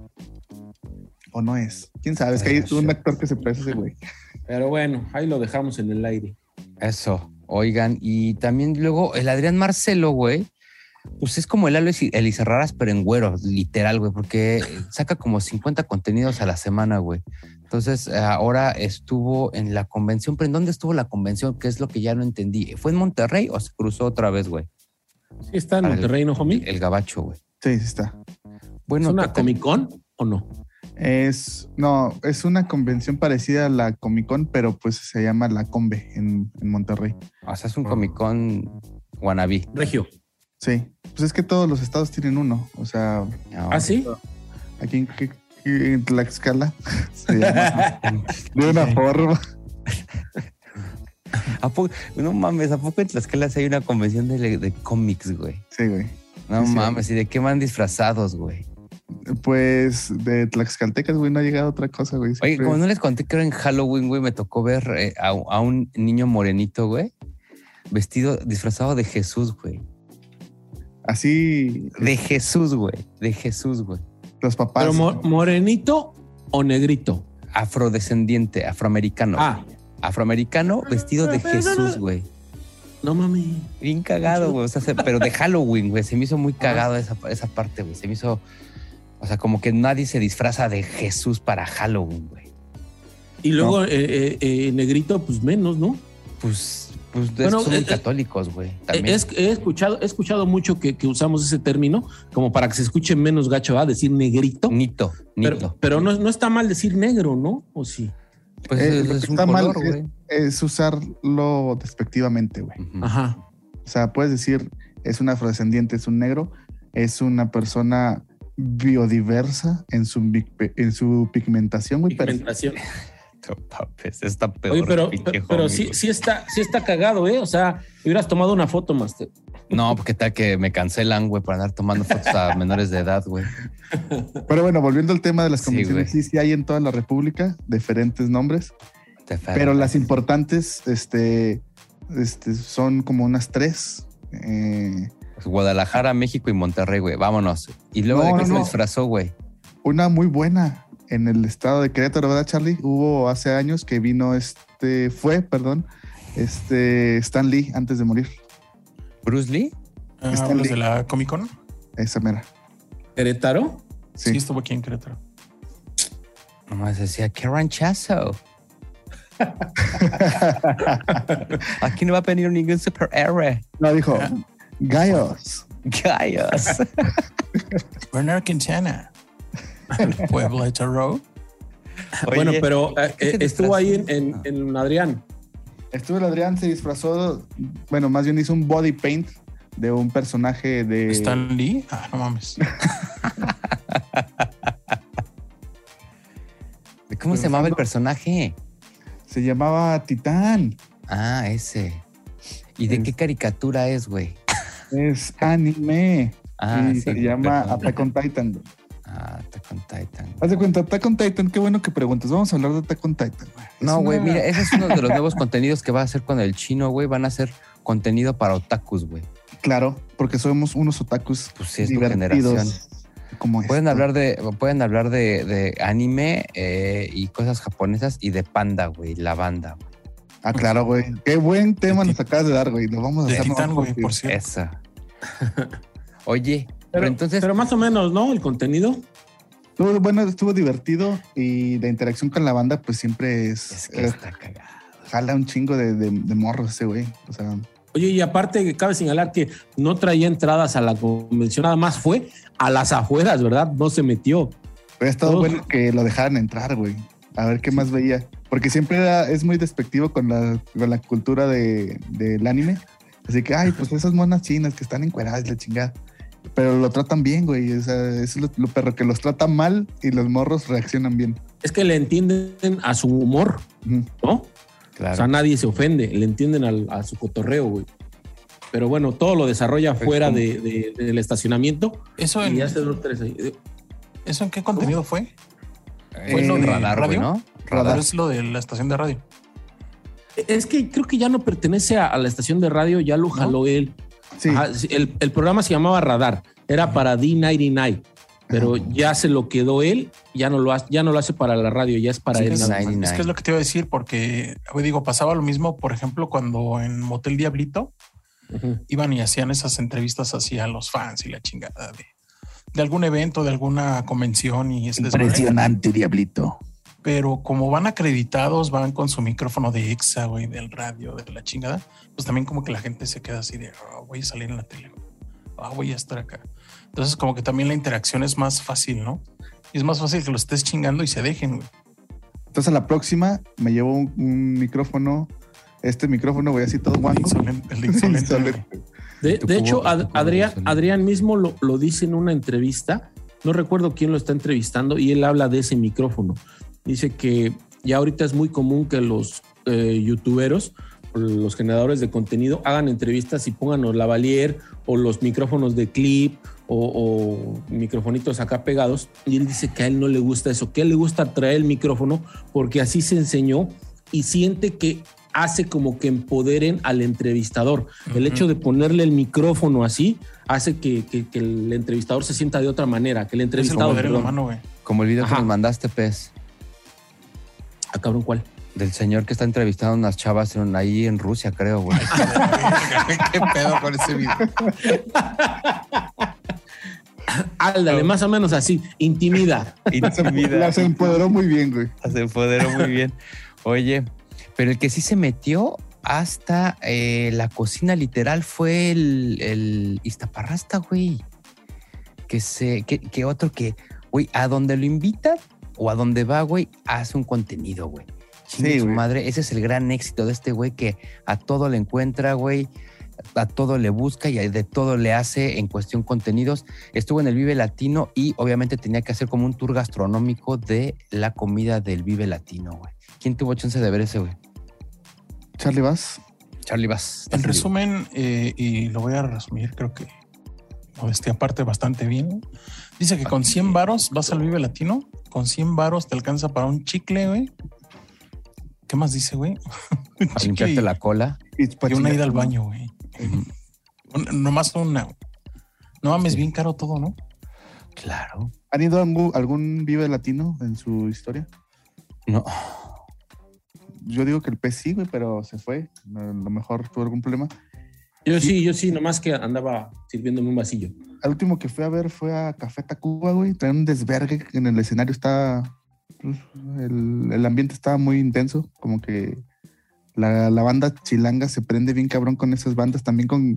O no es. ¿Quién sabe? Es que hay un actor que se parece a ese güey. Pero bueno, ahí lo dejamos en el aire. Eso, oigan, y también luego el Adrián Marcelo, güey, pues es como el Alex Elizarraras, pero en güero, literal, güey, porque saca como cincuenta contenidos a la semana, güey. Entonces, ahora estuvo en la convención, pero ¿en dónde estuvo la convención? Que es lo que ya no entendí. ¿Fue en Monterrey o se cruzó otra vez, güey? Sí, está en Para Monterrey, ¿no, homie? El gabacho, güey. Sí, sí está. Bueno, ¿Es una total- Comic Con o no? Es, no, es una convención parecida a la Comic Con, pero pues se llama la Combe en, en Monterrey. O sea, es un Comic Con wannabe. Regio. Sí, pues es que todos los estados tienen uno. O sea, No. ¿Ah, sí? aquí en, aquí en Tlaxcala se llama de una forma. ¿A poco- no mames, ¿a poco en Tlaxcala sí hay una convención de, de cómics, güey? Sí, güey. No Sí, sí. mames, ¿y de qué van disfrazados, güey? Pues de Tlaxcaltecas, güey, no ha llegado otra cosa, güey. Oye, Siempre- como no les conté que era en Halloween, güey, me tocó ver eh, a, a un niño morenito, güey, vestido, disfrazado de Jesús, güey. Así De Jesús, güey. De Jesús, güey. los papás. ¿Pero mo- morenito o negrito? Afrodescendiente, afroamericano. Ah, Afroamericano vestido de Jesús, güey. no mami. Bien cagado, güey. O sea, se- pero de Halloween, güey. Se me hizo muy cagado esa, esa parte, güey. Se me hizo. O sea, como que nadie se disfraza de Jesús para Halloween, güey. Y luego eh, eh, eh, negrito, pues menos, ¿no? Pues, pues es Bueno, que son muy eh, católicos, güey. Eh, También. es- he, escuchado, he escuchado mucho que, que usamos ese término como para que se escuche menos gacho, ¿ah? Decir negrito. Nito, nito. Pero, pero no, no está mal decir negro, ¿no? ¿O sí? Pues Eh, es, lo es que un está mal color, es- güey. Es usarlo despectivamente, güey. Ujú. Ajá. O sea, puedes decir, es un afrodescendiente, es un negro, es una persona biodiversa en su, bic- en su pigmentación, güey. pero- Pigmentación. No, papes, está peor. Oye, pero, pinche pero, pero homie, sí, güey. sí, está, sí está cagado, ¿eh? O sea, hubieras tomado una foto, Master. No, porque tal que me cancelan, güey, por andar tomando fotos a menores de edad, güey. Pero bueno, volviendo al tema de las Sí, convenciones, güey. sí, sí hay en toda la República diferentes nombres, Te pero las importantes este, este, son como unas tres. Eh, Guadalajara, México y Monterrey, güey. Vámonos. Y luego, No, ¿de qué no, se no. disfrazó, güey? una muy buena en el estado de Querétaro, ¿verdad, Charlie? Hubo hace años que vino este, fue, perdón, Este, Stan Lee, antes de morir. ¿Bruce Lee? Ah, Stan ¿hablas Lee. de la Comic Con? Esa mera. ¿Querétaro? Sí, Sí. estuvo aquí en Querétaro. Nomás decía, qué ranchazo. Aquí no va a venir ningún superhéroe. No, dijo, Gallos. Gallos. Bernard Quintana. Pueblo Road. Oye, Bueno, pero eh, ¿qué te estuvo ahí en, disfrazó? en, en Adrián. Estuvo el Adrián, se disfrazó, bueno, más bien hizo un body paint de un personaje de... ¿Stan Lee? Ah, no mames. ¿Cómo se llamaba el personaje? Se llamaba Titán. Ah, ese. ¿Y de Es- qué caricatura es, güey? Es anime. Ah, y sí, se llama perdón. Attack on Titan. güey. Ah, Attack on Titan. Haz de cuenta, Attack on Titan, qué bueno que preguntas. Vamos a hablar de Attack on Titan. güey. Es No, güey, una- mira, ese es uno de los nuevos contenidos que va a hacer con el chino, güey. Van a hacer contenido para otakus, güey. Claro, porque somos unos otakus Pues sí, es tu divertidos. generación. Como Pueden esto. hablar de, pueden hablar de, de anime eh, y cosas japonesas y de panda, güey, la banda. Güey. Ah, claro, güey. Qué buen tema De nos acabas de dar, güey. Lo vamos a De hacer. Titán, nomás güey, porque- por cierto. Esa. Oye, pero, Pero, entonces, pero más o menos, ¿no? El contenido. Estuvo, bueno, estuvo divertido y la interacción con la banda, pues siempre es. es que eh, está cagado. jala un chingo de, de, de morros ese güey. O sea, Oye, y aparte, cabe señalar que no traía entradas a la convención, nada más fue a las afueras, ¿verdad? No se metió. hubiera estado Todos- bueno que lo dejaran entrar, güey. A ver qué más veía. Porque siempre era, es muy despectivo con la, con la cultura de, del anime. Así que, ay, pues esas monas chinas que están encueradas, la chingada. Pero lo tratan bien, güey. O sea, eso es lo, lo perro, que los tratan mal y los morros reaccionan bien. Es que le entienden a su humor, Ujú. ¿no? Claro. O sea, nadie se ofende, le entienden al- a su cotorreo, güey. Pero bueno, todo lo desarrolla fuera como- de, de- del estacionamiento. ¿Eso Y en, ya se dos, tres ahí. ¿Eso en qué contenido fue? Fue Eh, lo de radar, radar, güey, radio. ¿no? Radar Radar. es lo de la estación de radio. Es que creo que ya no pertenece a, a la estación de radio, ya lo jaló él. Sí, Ajá, sí, el, el programa se llamaba Radar, era para D noventa y nueve, pero ya se lo quedó él, ya no lo hace, ya no lo hace para la radio, ya es para Sí, él. es, nada más. noventa y nueve. es que es lo que te iba a decir, porque güey, digo, pasaba lo mismo, por ejemplo, cuando en Motel Diablito Ujú. iban y hacían esas entrevistas así a los fans y la chingada de, de algún evento, de alguna convención y ese desmadre. impresionante, Diablito. Pero como van acreditados, van con su micrófono de Exa, güey, del radio, de la chingada, pues también como que la gente se queda así de, oh, voy a salir en la tele, ah, oh, voy a estar acá. Entonces como que también la interacción es más fácil, ¿no? Y es más fácil que lo estés chingando y se dejen, güey. Entonces a la próxima me llevo un, un micrófono, este micrófono, güey, así todo El guango. insolente. El insolente, Insolente. güey. De, Tu de cubo- hecho, tu Ad- cubo Adrián, de Adrián mismo lo, lo dice en una entrevista, no recuerdo quién lo está entrevistando, y él habla de ese micrófono. Dice que ya ahorita es muy común que los eh, youtuberos, los generadores de contenido, hagan entrevistas y pongan los lavalier o los micrófonos de clip o, o microfonitos acá pegados. Y él dice que a él no le gusta eso, que a él le gusta traer el micrófono porque así se enseñó y siente que hace como que empoderen al entrevistador. El Ujú. hecho de ponerle el micrófono así hace que, que- que el entrevistador se sienta de otra manera, que el Es el entrevistado... poder en la perdón. mano, güey. Como el video Ajá. que nos mandaste, Pez, Ah, cabrón, ¿cuál? del señor que está entrevistando a unas chavas en- ahí en Rusia, creo, güey. ¿Qué pedo con ese video? Ándale, más o menos así, intimida. La se empoderó muy bien, güey. Se empoderó muy bien. Oye, pero el que sí se metió hasta eh, la cocina literal fue el, el Iztaparrasta, güey. Que se, que, que otro que, güey, a donde lo invitan o a donde va, güey, hace un contenido, güey. Chingue Sí, su güey. madre. Ese es el gran éxito de este güey que a todo le encuentra, güey. A todo le busca y de todo le hace en cuestión contenidos. Estuvo en el Vive Latino y obviamente tenía que hacer como un tour gastronómico de la comida del Vive Latino, güey. ¿Quién tuvo chance de ver ese, güey? Charlie, ¿vas? Charlie, vas. En resumen, eh, y lo voy a resumir, creo que modestia aparte bastante bien. Dice que con cien varos vas al Vive Latino, con cien varos te alcanza para un chicle, güey. ¿Qué más dice, güey? Un Para chicle limpiarte y, la cola. Y, y una ida al baño, güey. Un- Nomás una. güey. No mames, bien caro todo, ¿no? Claro. ¿Han ido a algún, algún Vive Latino en su historia? No. yo digo que el pez sí, güey, pero se fue. A lo mejor tuvo algún problema. Yo Sí. sí, yo sí, nomás que andaba sirviéndome un vasillo. Al último que fui a ver fue a Café Tacuba, güey. Traen un desvergue en el escenario. Está... pues, el, el ambiente estaba muy intenso. Como que la, la banda chilanga se prende bien cabrón con esas bandas. También con,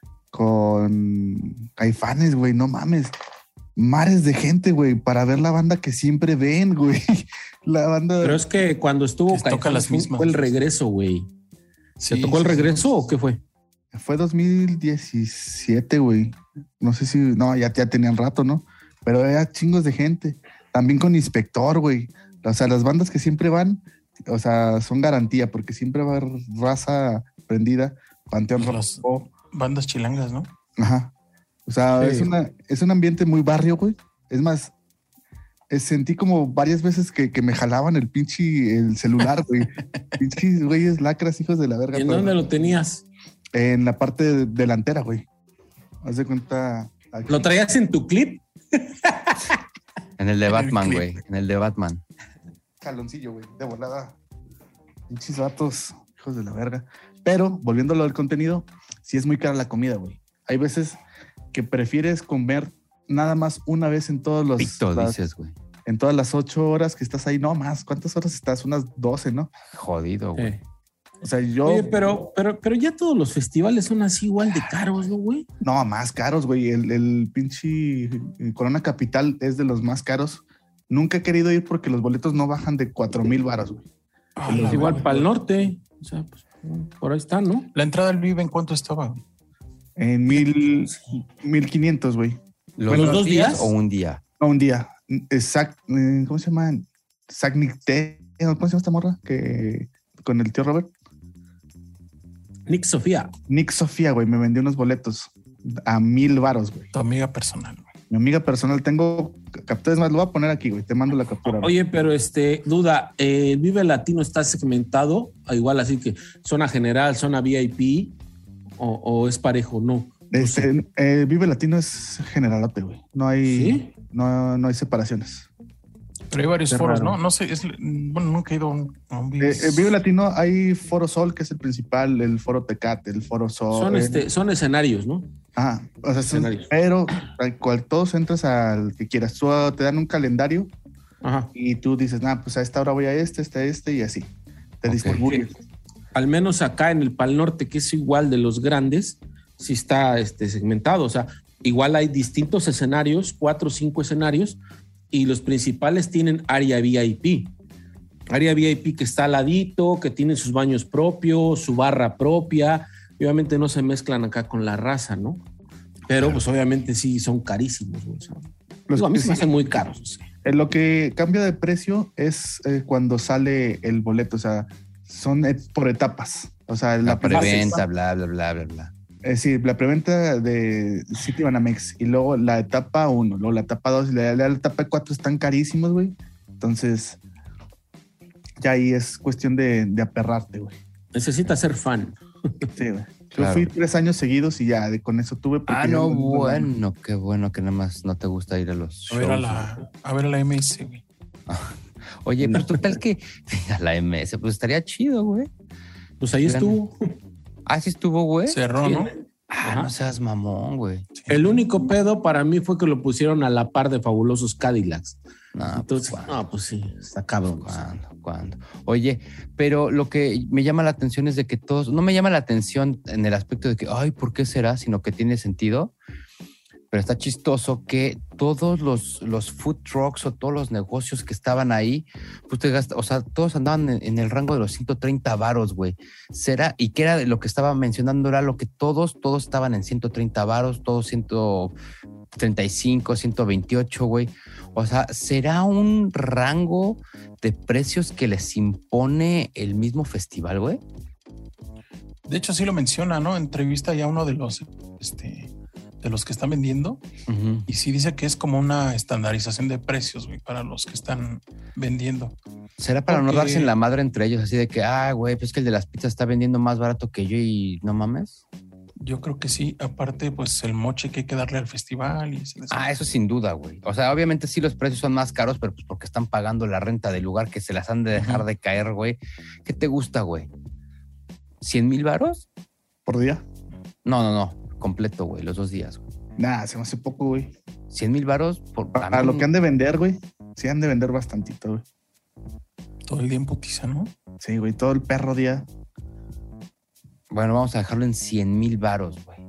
con Caifanes, güey. No mames. Mares de gente, güey, para ver la banda que siempre ven, güey. La banda... Pero es que cuando estuvo Les toca Caifanes las fue- mismas. fue el regreso, güey. ¿Se Sí, tocó el sí, sí. regreso o qué fue? Fue dos mil diecisiete, güey. No sé si... No, ya, ya tenían rato, ¿no? Pero era chingos de gente. También con Inspector, güey. O sea, las bandas que siempre van, o sea, son garantía, porque siempre va a haber raza prendida. Panteón Los- Rococó. Bandas chilangas, ¿no? Ajá. O sea, Sí. es, una, es un ambiente muy barrio, güey. Es más, eh, sentí como varias veces que, que me jalaban el pinche el celular, güey. Pinches güeyes lacras, hijos de la verga. ¿Y en pero- dónde lo tenías? En la parte delantera, güey. Haz de cuenta. aquí. ¿Lo traías en tu clip? En el de En el Batman, clip. güey. En el de Batman. Jaloncillo, güey, de volada. Pinches vatos, hijos de la verga. Pero, volviendo a lo del contenido, sí es muy cara la comida, güey. Hay veces que prefieres comer nada más una vez en todos los... Pito, las- dices, güey. en todas las ocho horas que estás ahí. No más, ¿cuántas horas estás? Unas doce, ¿no? Jodido, güey. Sí. O sea, yo... Oye, pero, pero, pero ya todos los festivales son así igual de caros, ¿no, güey? No, más caros, güey. El, el pinche Corona Capital es de los más caros. Nunca he querido ir porque los boletos no bajan de cuatro mil varos, güey. Ah, Pues la igual verga. para el norte. O sea, pues, por ahí está, ¿no? La entrada al Vive, ¿en cuánto estaba? En mil, mil quinientos, güey. ¿Los, ¿Los dos dos días, días? o un día? No, un día. Exact, eh, ¿cómo se llama? Sagnicte. ¿Cómo se llama esta morra? Que con el tío Robert. Nick Sofía. Nick Sofía, güey, me vendió unos boletos a mil varos, güey. Tu amiga personal, güey. Mi amiga personal, tengo capturas más, lo voy a poner aquí, güey. Te mando la captura. güey. Oye, pero este, duda, eh, ¿el Vive Latino está segmentado? Igual así que zona general, zona V I P, o, o es parejo, no. No Este, sé. eh, Vive Latino es generalote, güey. No hay, ¿Sí? no, no hay separaciones. Pero hay varios Qué foros, raro. ¿no? No sé, es, bueno, nunca he ido a un, a un Vive. Eh, eh, Vive Latino hay Foro Sol, que es el principal, el Foro Tecate, el Foro Sol. Son, eh, este, son escenarios, ¿no? Ajá, o sea, son- escenarios. pero al cual todos entras al que quieras. Tú ah, te dan un calendario Ajá. y tú dices, nah, pues a esta hora voy a este, este, este y así. Te Ok. distribuyes. Al menos acá en el Pal Norte, que es igual de los grandes, sí está este, segmentado. O sea, igual hay distintos escenarios, cuatro o cinco escenarios, y los principales tienen área V I P. Área V I P que está al ladito, que tiene sus baños propios, su barra propia. Y obviamente no se mezclan acá con la raza, ¿no? Pero pues obviamente sí son carísimos. ¿No? O sea, Los digo, a mí que se me sí- hacen muy caros. O sea. Eh, Lo que cambia de precio es eh, cuando sale el boleto, o sea, son eh, por etapas. O sea, la, La primera preventa, etapa- bla, bla, bla, bla, bla. eh, sí, la preventa de City Banamex y luego la etapa uno, luego la etapa dos y la, la, la etapa cuatro están carísimos, güey. Entonces, ya ahí es cuestión de, de aperrarte, güey. Necesita ser fan. Sí, güey. Yo Claro. fui tres años seguidos y ya de, con eso tuve. porque Ah, ya no, no- bueno, qué bueno que nada más no te gusta ir a los A ver a shows. la, a ver a la M S, güey. Oye, pero total que a la M S, pues estaría chido, güey. Pues ahí estuvo. Ah, sí estuvo, güey. Cerró, ¿no? Ah, Ajá. no seas mamón, güey. El único pedo para mí fue que lo pusieron a la par de Fabulosos Cadillacs. No, Entonces, pues, no, pues sí, está cabrón. ¿cuándo? ¿Cuándo? Oye, pero lo que me llama la atención es de que todos, no me llama la atención en el aspecto de que, ay, ¿por qué será? Sino que tiene sentido. Pero está chistoso que todos los, los food trucks o todos los negocios que estaban ahí, pues te gastas, o sea, todos andaban en, en el rango de los ciento treinta varos, güey. Será, y que era de lo que estaba mencionando, era lo que todos, todos estaban en ciento treinta varos, todos ciento treinta y cinco, ciento veintiocho, güey. O sea, ¿será un rango de precios que les impone el mismo festival, güey? De hecho, sí lo menciona, ¿no? Entrevista ya a uno de los, este, de los que están vendiendo Uh-huh. y sí dice que es como una estandarización de precios, güey, para los que están vendiendo. ¿Será para no Porque- darse en la madre entre ellos, así de que, ah, güey, pues que el de las pizzas está vendiendo más barato que yo y no mames? Yo creo que sí. Aparte, pues el moche que hay que darle al festival. Y ese Ah, eso sin duda, güey. O sea, obviamente sí los precios son más caros, pero pues porque están pagando la renta del lugar que se las han de dejar uh-huh. de caer, güey. ¿Qué te gusta, güey? ¿cien mil varos? ¿Por día? No, no, no. Completo, güey. Los dos días, güey. Nah, se me hace poco, güey. ¿cien mil varos? Por... A, a lo que han de vender, güey. Sí han de vender bastantito, güey. Todo el día en putiza, ¿no? Sí, güey. Todo el perro día. Bueno, vamos a dejarlo en cien mil varos, güey.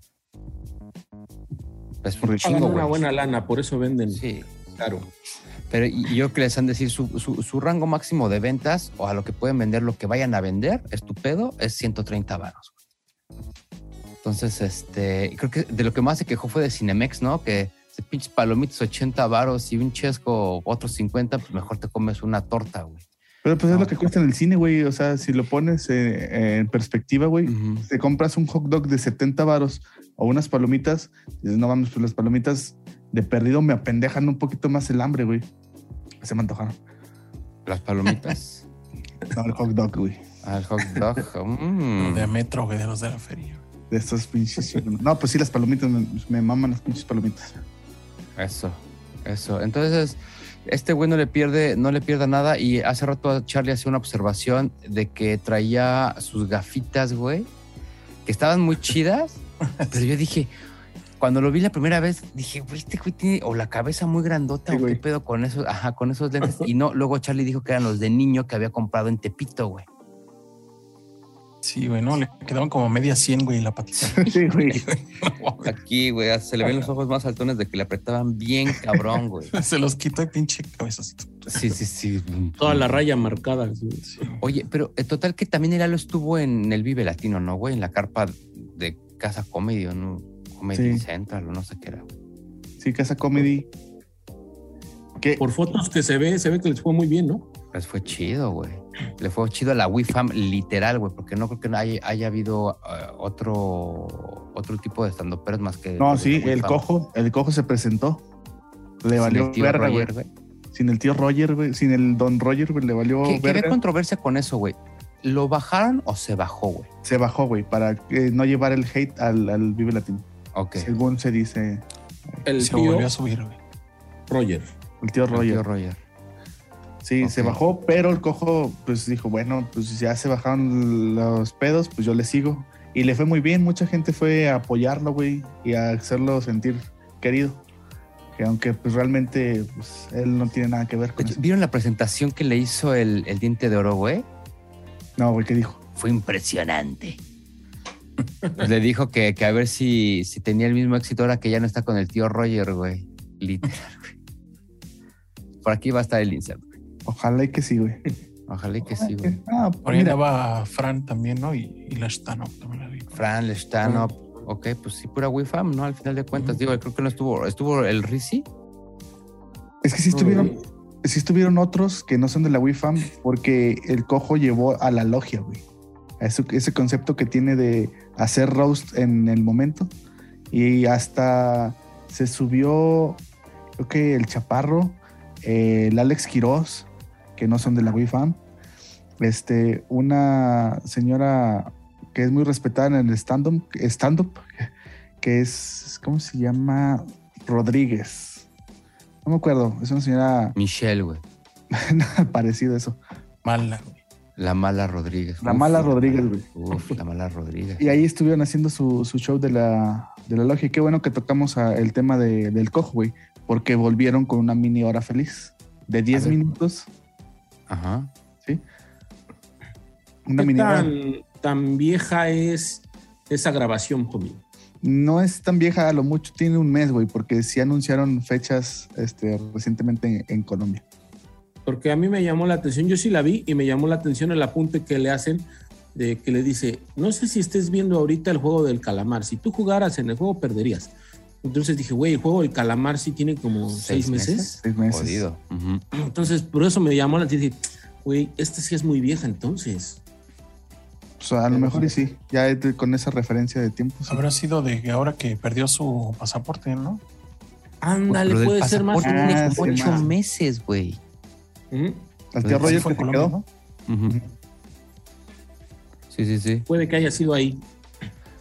Pues por chingo, una buena lana, por eso venden. Sí. Claro. Pero y yo creo que les han de decir su, su, su rango máximo de ventas o a lo que pueden vender, lo que vayan a vender, estupendo, es ciento treinta varos. Entonces, este, creo que de lo que más se quejó fue de Cinemex, ¿no? Que se pinches palomitas ochenta varos y un chesco otros cincuenta, pues mejor te comes una torta, güey. Pero pues no. Es lo que cuesta en el cine, güey. O sea, si lo pones eh, en perspectiva, güey, uh-huh. te compras un hot dog de setenta varos o unas palomitas, y dices, no vamos, pues las palomitas de perdido me apendejan un poquito más el hambre, güey. Se me antojaron. ¿Las palomitas? No, el hot dog, güey. Ah, el hot dog. Mm. De metro, güey, de los de la feria. De estos pinches. No, pues sí, las palomitas, me, me maman las pinches palomitas. Eso, eso. Entonces, este güey no le pierde, no le pierda nada. Y hace rato Charlie hacía una observación de que traía sus gafitas, güey, que estaban muy chidas, pero yo dije, cuando lo vi la primera vez, dije, güey, este güey tiene o la cabeza muy grandota, sí, o qué pedo con esos, ajá, con esos lentes. Y no, luego Charlie dijo que eran los de niño que había comprado en Tepito, güey. Sí, güey, no, le quedaban como media cien, güey, la patita. Sí, güey. Aquí, güey, se le ven los ojos más saltones de que le apretaban bien cabrón, güey. Se los quitó de pinche cabezas. Sí, sí, sí. Toda la raya marcada. Sí. Oye, pero en total que también el Lalo estuvo en el Vive Latino, ¿no, güey? En la carpa de Casa Comedy, ¿no? Comedy sí. Central, o no sé qué era. Sí, Casa Comedy. ¿Qué? Por fotos que se ve, se ve que les fue muy bien, ¿no? Pues fue chido, güey. Le fue chido a la WeFam, literal, güey, porque no creo que haya, haya habido uh, otro otro tipo de stand-uperos más que... No, sí, el cojo, el cojo se presentó. Le sin valió verga, güey. Sin el tío Roger, güey. Sin el don Roger, güey, le valió ¿Qué, verga. ¿Qué había controversia con eso, güey? ¿Lo bajaron o se bajó, güey? Se bajó, güey, para eh, no llevar el hate al, al Vive Latino. Ok. Según se dice. El se tío volvió a subir, güey. Roger. El tío Roger. El tío Roger. Sí, okay. Se bajó, pero el cojo pues dijo, bueno, pues ya se bajaron los pedos, pues yo le sigo. Y le fue muy bien, mucha gente fue a apoyarlo, güey, y a hacerlo sentir querido. Que aunque pues realmente pues, él no tiene nada que ver con eso. ¿Vieron la presentación que le hizo el, el Diente de Oro, güey? No, güey, ¿qué dijo? Fue impresionante. Pues le dijo que, que a ver si, si tenía el mismo éxito ahora que ya no está con el tío Roger, güey. Literal, güey. Por aquí va a estar el insert. Ojalá y que sí, güey. Ojalá y que sí, güey. Ah, por ahí andaba Fran también, ¿no? Y, y la Stanop también la vi. Fran, la Stanop. Ok, pues sí, pura WeFam, ¿no? Al final de cuentas, uh-huh. digo, creo que no estuvo. ¿Estuvo el Rizzi? Es que sí estuvieron, sí estuvieron otros que no son de la WeFam, porque el cojo llevó a la logia, güey. Ese, ese concepto que tiene de hacer roast en el momento. Y hasta se subió, creo que el Chaparro, eh, el Alex Quiroz, que no son de la WeFam, este, una señora que es muy respetada en el stand-up, stand-up que es, ¿cómo se llama? Rodríguez. No me acuerdo, es una señora... Michelle, güey. Parecido a eso. Mala, güey. La mala Rodríguez. La Uf, mala Rodríguez, güey. Uf, la mala Rodríguez. Y ahí estuvieron haciendo su, su show de la, de la logia. Qué bueno que tocamos a, el tema de, del cojo, güey, porque volvieron con una mini hora feliz de diez minutos. Ajá. ¿Sí? Una mini hora. Tan, tan vieja es esa grabación, Tommy? No es tan vieja, a lo mucho tiene un mes, güey, porque sí anunciaron fechas este, recientemente en, en Colombia. Porque a mí me llamó la atención, yo sí la vi y me llamó la atención el apunte que le hacen, de que le dice, no sé si estés viendo ahorita el juego del calamar, si tú jugaras en el juego perderías. Entonces dije, güey, el juego del calamar sí tiene como seis, seis meses. meses. Seis meses. Jodido. Uh-huh. Entonces, por eso me llamó la atención, dije, güey, esta sí es muy vieja entonces. O sea, a lo mejor y sí, ya con esa referencia de tiempo. Sí. Habrá sido de ahora que perdió su pasaporte, ¿no? Ándale, pues puede ser más. Tiene Ah, como sí, ocho más. meses, güey. ¿Mm? Al tío Roger fue se Colombia, quedó. ¿no? Uh-huh. Sí, sí, sí. Puede que haya sido ahí.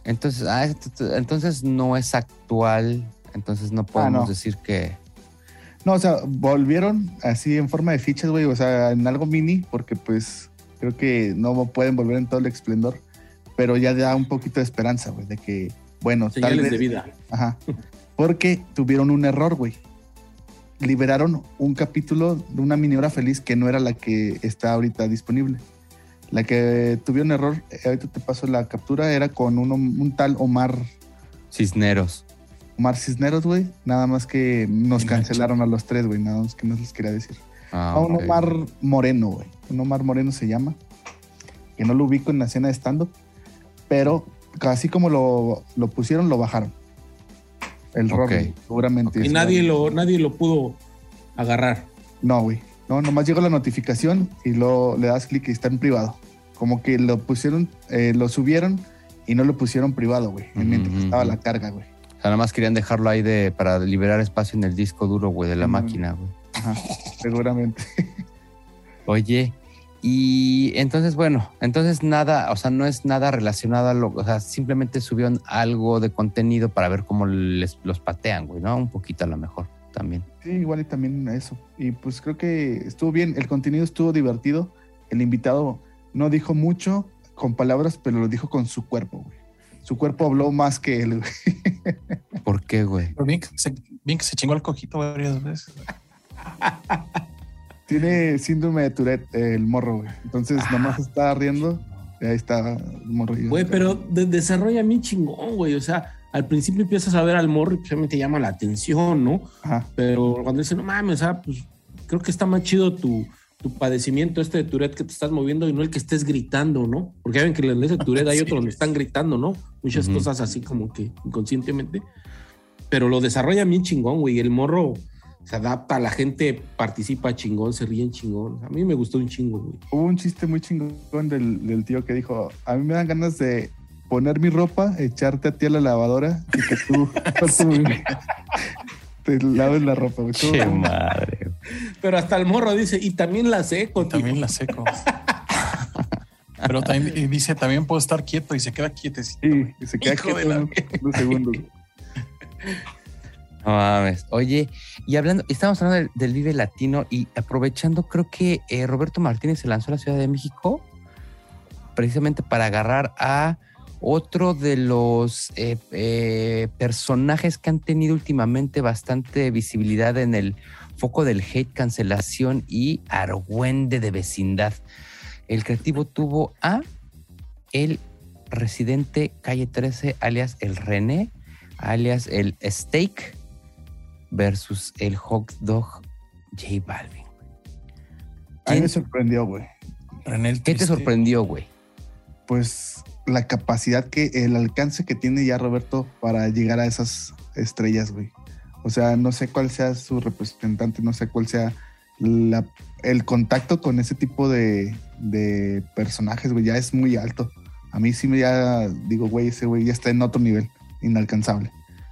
Entonces, ah, entonces no es actual, entonces no podemos ah, no. decir que... No, o sea, volvieron así en forma de fichas, güey, o sea, en algo mini, porque pues creo que no pueden volver en todo el esplendor, pero ya da un poquito de esperanza, güey, de que, bueno, señales tal vez... de vida. Ajá, porque tuvieron un error, güey. Liberaron un capítulo de una mini hora feliz que no era la que está ahorita disponible. La que tuvieron error, ahorita te paso la captura, era con un, un tal Omar Cisneros. Omar Cisneros, güey. Nada más que nos cancelaron a los tres, güey. Nada más que no les quería decir. Ah, a un okay. Omar Moreno, güey. Un Omar Moreno se llama. Que no lo ubico en la escena de stand-up. Pero así como lo, lo pusieron, lo bajaron. El okay. Robin, seguramente. Okay. Y nadie lo, nadie lo pudo agarrar. No, güey. No, nomás llegó la notificación y luego le das clic y está en privado. Como que lo pusieron, eh, lo subieron y no lo pusieron privado, güey. Uh-huh, mientras uh-huh. estaba la carga, güey. O sea, nada más querían dejarlo ahí de para liberar espacio en el disco duro, güey, de la uh-huh. máquina, güey. Ajá, seguramente. Oye, y entonces, bueno, entonces nada, o sea, no es nada relacionado a lo, o sea, simplemente subieron algo de contenido para ver cómo les, los patean, güey, ¿no? Un poquito a lo mejor. También. Sí, igual y también eso. Y pues creo que estuvo bien, el contenido estuvo divertido. El invitado no dijo mucho con palabras, pero lo dijo con su cuerpo, güey. Su cuerpo habló más que él, güey. ¿Por qué, güey? Pero bien que se, bien que se chingó el cojito varias veces. Tiene síndrome de Tourette, eh, el morro, güey. Entonces ah, nomás está riendo y ahí está el morro. Güey, pero de- desarrolla bien chingón, güey. O sea, al principio empiezas a ver al morro y pues obviamente llama la atención, ¿no? Ajá. Pero cuando dice, no mames, o sea, pues creo que está más chido tu, tu padecimiento este de Tourette que te estás moviendo y no el que estés gritando, ¿no? Porque ya ven que en ese Tourette hay sí, otro donde están gritando, ¿no? Muchas uh-huh. cosas así como que inconscientemente. Pero lo desarrolla bien chingón, güey. El morro se adapta, la gente participa chingón, se ríen chingón. A mí me gustó un chingo, güey. Hubo un chiste muy chingón del, del tío que dijo, a mí me dan ganas de poner mi ropa, echarte a ti a la lavadora y que tú, sí. tú te laves la ropa, güey. Qué madre. Pero hasta el morro dice, y también la seco, tío. También la seco. Pero también dice, también puedo estar quieto y se queda quietecito. Sí, y se queda Hijo quieto la... unos segundos. No mames. Oye, y hablando, estamos hablando del, del Vive Latino y aprovechando, creo que eh, Roberto Martínez se lanzó a la Ciudad de México precisamente para agarrar a otro de los eh, eh, personajes que han tenido últimamente bastante visibilidad en el foco del hate, cancelación y argüende de vecindad. El creativo tuvo a el residente Calle trece, alias el René, alias el Steak, versus el Hot Dog J Balvin. A mí me sorprendió, güey. René, ¿qué te sorprendió, güey? Pues la capacidad que, el alcance que tiene ya Roberto para llegar a esas estrellas, güey. O sea, no sé cuál sea su representante, no sé cuál sea la, el contacto con ese tipo de, de personajes, güey. Ya es muy alto. A mí sí me ya digo, güey, ese güey ya está en otro nivel, inalcanzable.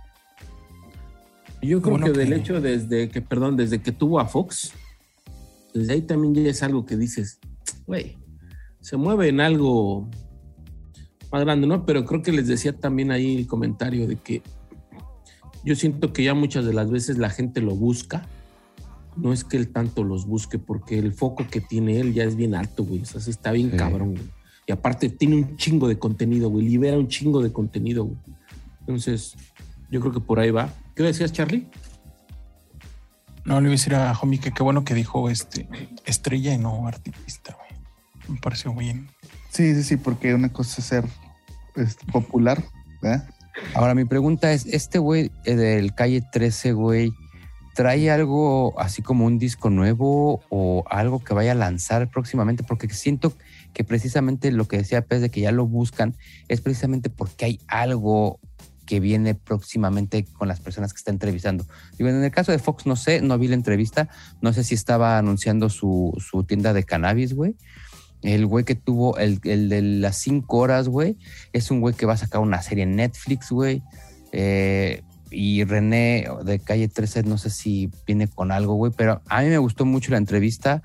Yo creo bueno, que, que del que... hecho desde que, perdón, desde que tuvo a Fox, desde ahí también ya es algo que dices, güey, se mueve en algo más grande, ¿no? Pero creo que les decía también ahí el comentario de que yo siento que ya muchas de las veces la gente lo busca, no es que él tanto los busque, porque el foco que tiene él ya es bien alto, güey, o sea, sí está bien sí. cabrón, güey. Y aparte tiene un chingo de contenido, güey, libera un chingo de contenido, güey. Entonces, yo creo que por ahí va. ¿Qué decías, Charlie? No, le iba a decir a Homie que qué bueno que dijo este estrella y no artista, güey. Me pareció bien. Sí, sí, sí, porque una cosa es ser pues, popular, ¿verdad? Ahora, mi pregunta es, este güey del Calle trece, güey, ¿trae algo así como un disco nuevo o algo que vaya a lanzar próximamente? Porque siento que precisamente lo que decía Pez de que ya lo buscan es precisamente porque hay algo que viene próximamente con las personas que está entrevistando. Digo, en el caso de Fox, no sé, no vi la entrevista, no sé si estaba anunciando su, su tienda de cannabis, güey. El güey que tuvo, el, el de las cinco horas, güey, es un güey que va a sacar una serie en Netflix, güey. Eh, y René de Calle trece, no sé si viene con algo, güey, pero a mí me gustó mucho la entrevista.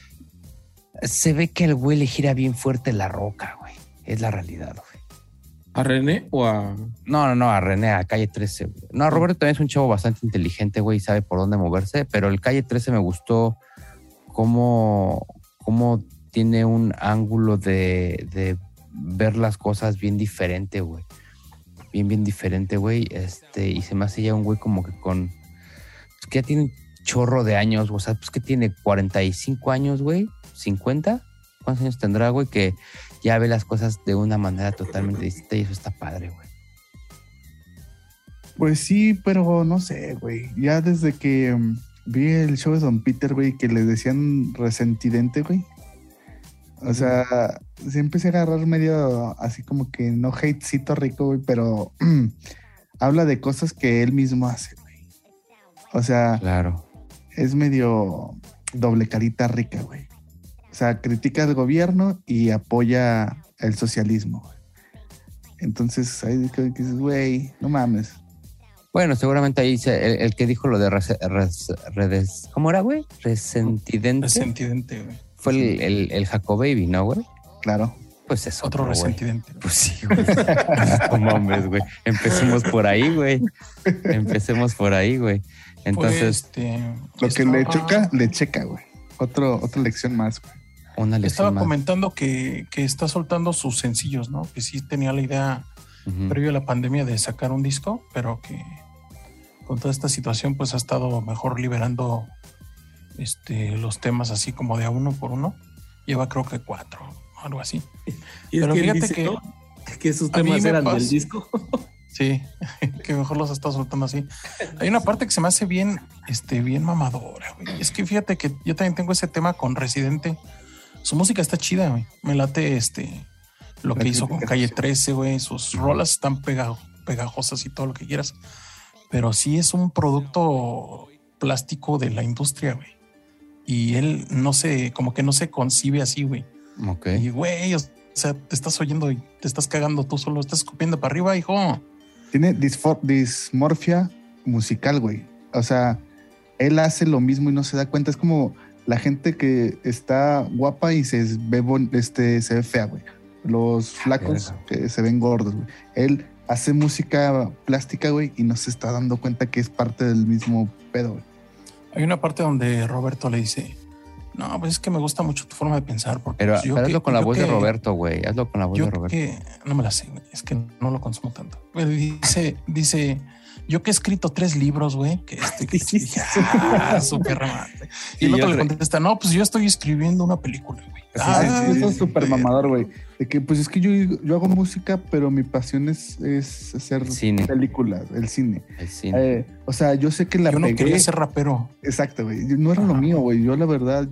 Se ve que el güey le gira bien fuerte la roca, güey. Es la realidad, güey. ¿A René o a...? No, no, no, a René, a Calle trece. Güey. No, Roberto también es un chavo bastante inteligente, güey, y sabe por dónde moverse, pero el Calle trece me gustó cómo, cómo tiene un ángulo de, de ver las cosas bien diferente, güey. Bien, bien diferente, güey. Este, y se me hace ya un güey como que con... Pues que ya tiene un chorro de años, o sea, pues que tiene cuarenta y cinco años, güey, cincuenta. ¿Cuántos años tendrá, güey? Que ya ve las cosas de una manera totalmente distinta y eso está padre, güey. Pues sí, pero no sé, güey. Ya desde que um, vi el show de Don Peter, güey, que le decían resentidente, güey. O sea, sí empecé a agarrar medio así como que no hatecito rico, güey, pero habla de cosas que él mismo hace, güey. O sea, claro. Es medio doble carita rica, güey. O sea, critica al gobierno y apoya el socialismo, güey. Entonces, ahí dices, güey, no mames. Bueno, seguramente ahí se, el, el que dijo lo de res, res, redes, ¿cómo era, güey? Resentidente. Resentidente, güey. Fue el, el, el Jaco Baby, ¿no, güey? Claro. Pues es otro, otro resentidente. Pues sí, güey. No mames, güey. Empecemos por ahí, güey. Empecemos por ahí, güey. Entonces, pues este, lo que estaba... le choca, le checa, güey. Otro, otra lección más, güey. Una lección Estaba más. comentando que, que está soltando sus sencillos, ¿no? Que sí tenía la idea uh-huh. previo a la pandemia de sacar un disco, pero que con toda esta situación pues ha estado mejor liberando este, los temas así como de a uno por uno. Lleva creo que cuatro, algo así. Y pero fíjate dice, que, ¿no? que esos temas eran pasa, del disco. Sí, que mejor los está soltando así. Hay una parte que se me hace bien, este, bien mamadora, güey. Es que fíjate que yo también tengo ese tema con Residente. Su música está chida, güey. Me late este lo que hizo con Calle trece, güey. Sus rolas están pega, pegajosas y todo lo que quieras. Pero sí es un producto plástico de la industria, güey. Y él no se, como que no se concibe así, güey. Ok. Y, güey, o sea, te estás oyendo y te estás cagando tú solo, estás escupiendo para arriba, hijo. Tiene disfor- dismorfia musical, güey. O sea, él hace lo mismo y no se da cuenta. Es como la gente que está guapa y se ve, bon- este, se ve fea, güey. Los flacos ah, que se ven gordos, güey. Él hace música plástica, güey, y no se está dando cuenta que es parte del mismo pedo, güey. Hay una parte donde Roberto le dice, no, pues es que me gusta mucho tu forma de pensar. Porque pero, pues yo pero que, hazlo con la voz que, de Roberto, güey. Hazlo con la voz yo de Roberto. Que, no me la sé, güey. Es que no lo consumo tanto. Pero dice, dice, yo que he escrito tres libros, güey, que este, que este, dije, ah, súper remate. Y el otro le contesta, no, pues yo estoy escribiendo una película, güey. Ah, sí, eso es súper mamador, güey. De que, pues es que yo, yo hago música, pero mi pasión es, es hacer cine. películas, el cine. El cine. Eh, o sea, yo sé que la Yo no pegué. quería ser rapero. Exacto, güey. No era Ajá. lo mío, güey. Yo, la verdad,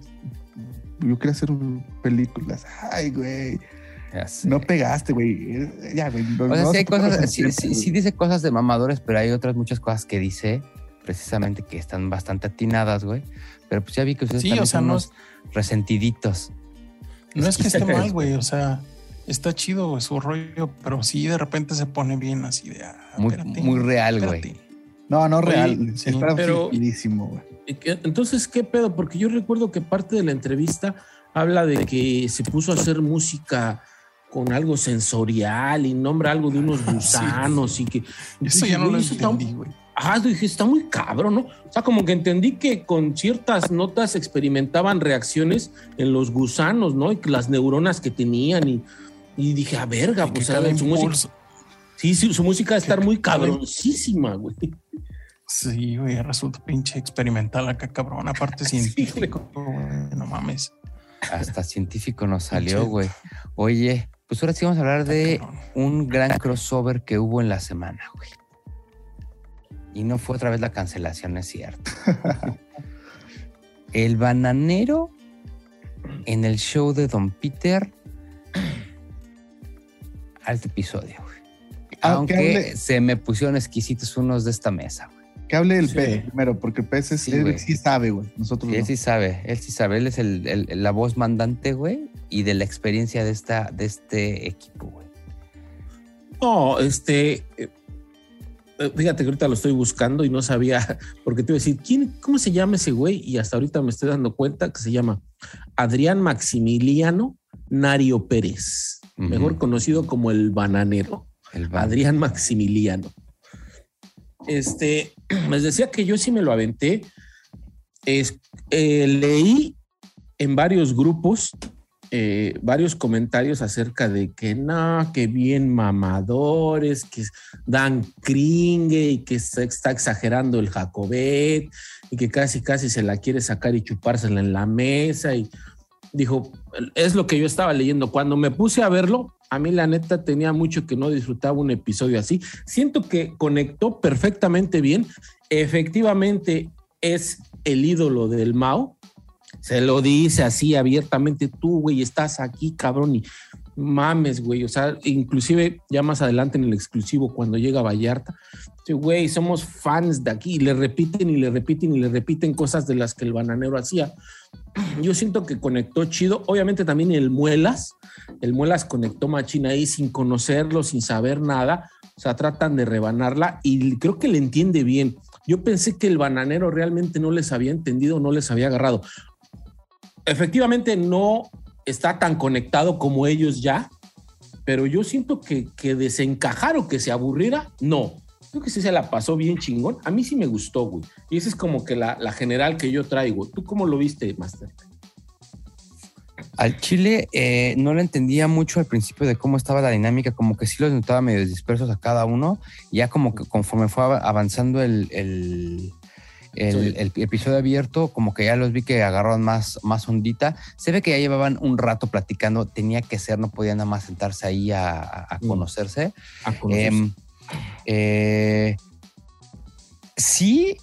yo quería hacer películas. Ay, güey. No pegaste, güey. Ya, güey. No, o sea, no sí hay cosas, sí, sí, sí dice cosas de mamadores, pero hay otras muchas cosas que dice precisamente que están bastante atinadas, güey. Pero pues ya vi que ustedes sí, también o sea, son no unos es, resentiditos. No es que esté mal, güey. O sea, está chido, güey, su rollo, pero sí de repente se pone bien así de... Ah, muy, espérate, muy real, espérate. güey. No, no real. Oye, sí, está pero, fingidísimo, güey. Entonces, ¿qué pedo? Porque yo recuerdo que parte de la entrevista habla de que se puso a hacer música con algo sensorial y nombra algo de unos gusanos sí. y que... Eso ya no lo entendí, güey. Ah, dije, está muy cabrón, ¿no? O sea, como que entendí que con ciertas notas experimentaban reacciones en los gusanos, ¿no? Y las neuronas que tenían y, y dije, a verga, pues a ver, su música... Sí, sí, su música va a estar muy cabroncísima, güey. Sí, güey, resulta pinche experimental acá, cabrón. Aparte científico, güey, no mames. Hasta científico nos salió, güey. Oye, pues ahora sí vamos a hablar de un gran crossover que hubo en la semana, güey. Y no fue otra vez la cancelación, es cierto. El bananero en el show de Don Peter. Alto episodio, güey. Aunque hable, se me pusieron exquisitos unos de esta mesa, güey. Que hable el sí. P primero, porque el P es, sí, él sí sabe, güey. Nosotros sí, no. Él sí sabe, él sí sabe. Él es el, el, la voz mandante, güey, y de la experiencia de, esta, de este equipo, güey. No, este... Fíjate que ahorita lo estoy buscando y no sabía, porque te iba a decir, ¿quién, ¿cómo se llama ese güey? Y hasta ahorita me estoy dando cuenta que se llama Adrián Maximiliano Nario Pérez, uh-huh. mejor conocido como el Bananero. Adrián Maximiliano. Este, les decía que yo sí me lo aventé. Es, eh, leí en varios grupos eh, varios comentarios acerca de que no, que bien mamadores, que dan cringe y que se está exagerando el Jacobet y que casi casi se la quiere sacar y chupársela en la mesa. Y dijo, es lo que yo estaba leyendo. Cuando me puse a verlo, a mí la neta tenía mucho que no disfrutaba un episodio así. Siento que conectó perfectamente bien. Efectivamente es el ídolo del Mao. Se lo dice así abiertamente, tú, güey, estás aquí, cabrón, y mames, güey. O sea, inclusive ya más adelante en el exclusivo, cuando llega Vallarta, güey, somos fans de aquí, y le repiten y le repiten y le repiten cosas de las que el bananero hacía. Yo siento que conectó chido. Obviamente también el Muelas, el Muelas conectó machín ahí sin conocerlo, sin saber nada. O sea, tratan de rebanarla y creo que le entiende bien. Yo pensé que el bananero realmente no les había entendido, no les había agarrado. Efectivamente no está tan conectado como ellos ya, pero yo siento que, que desencajar o que se aburriera, no. Creo que sí se la pasó bien chingón. A mí sí me gustó, güey. Y esa es como que la, la general que yo traigo. ¿Tú cómo lo viste, Master? Al Chile eh, no le entendía mucho al principio de cómo estaba la dinámica, como que sí los notaba medio dispersos a cada uno. Ya como que conforme fue avanzando el... el El, sí. el episodio abierto, como que ya los vi que agarraron más, más ondita. Se ve que ya llevaban un rato platicando, tenía que ser, no podían nada más sentarse ahí a, a conocerse. A conocerse. Eh, eh, sí,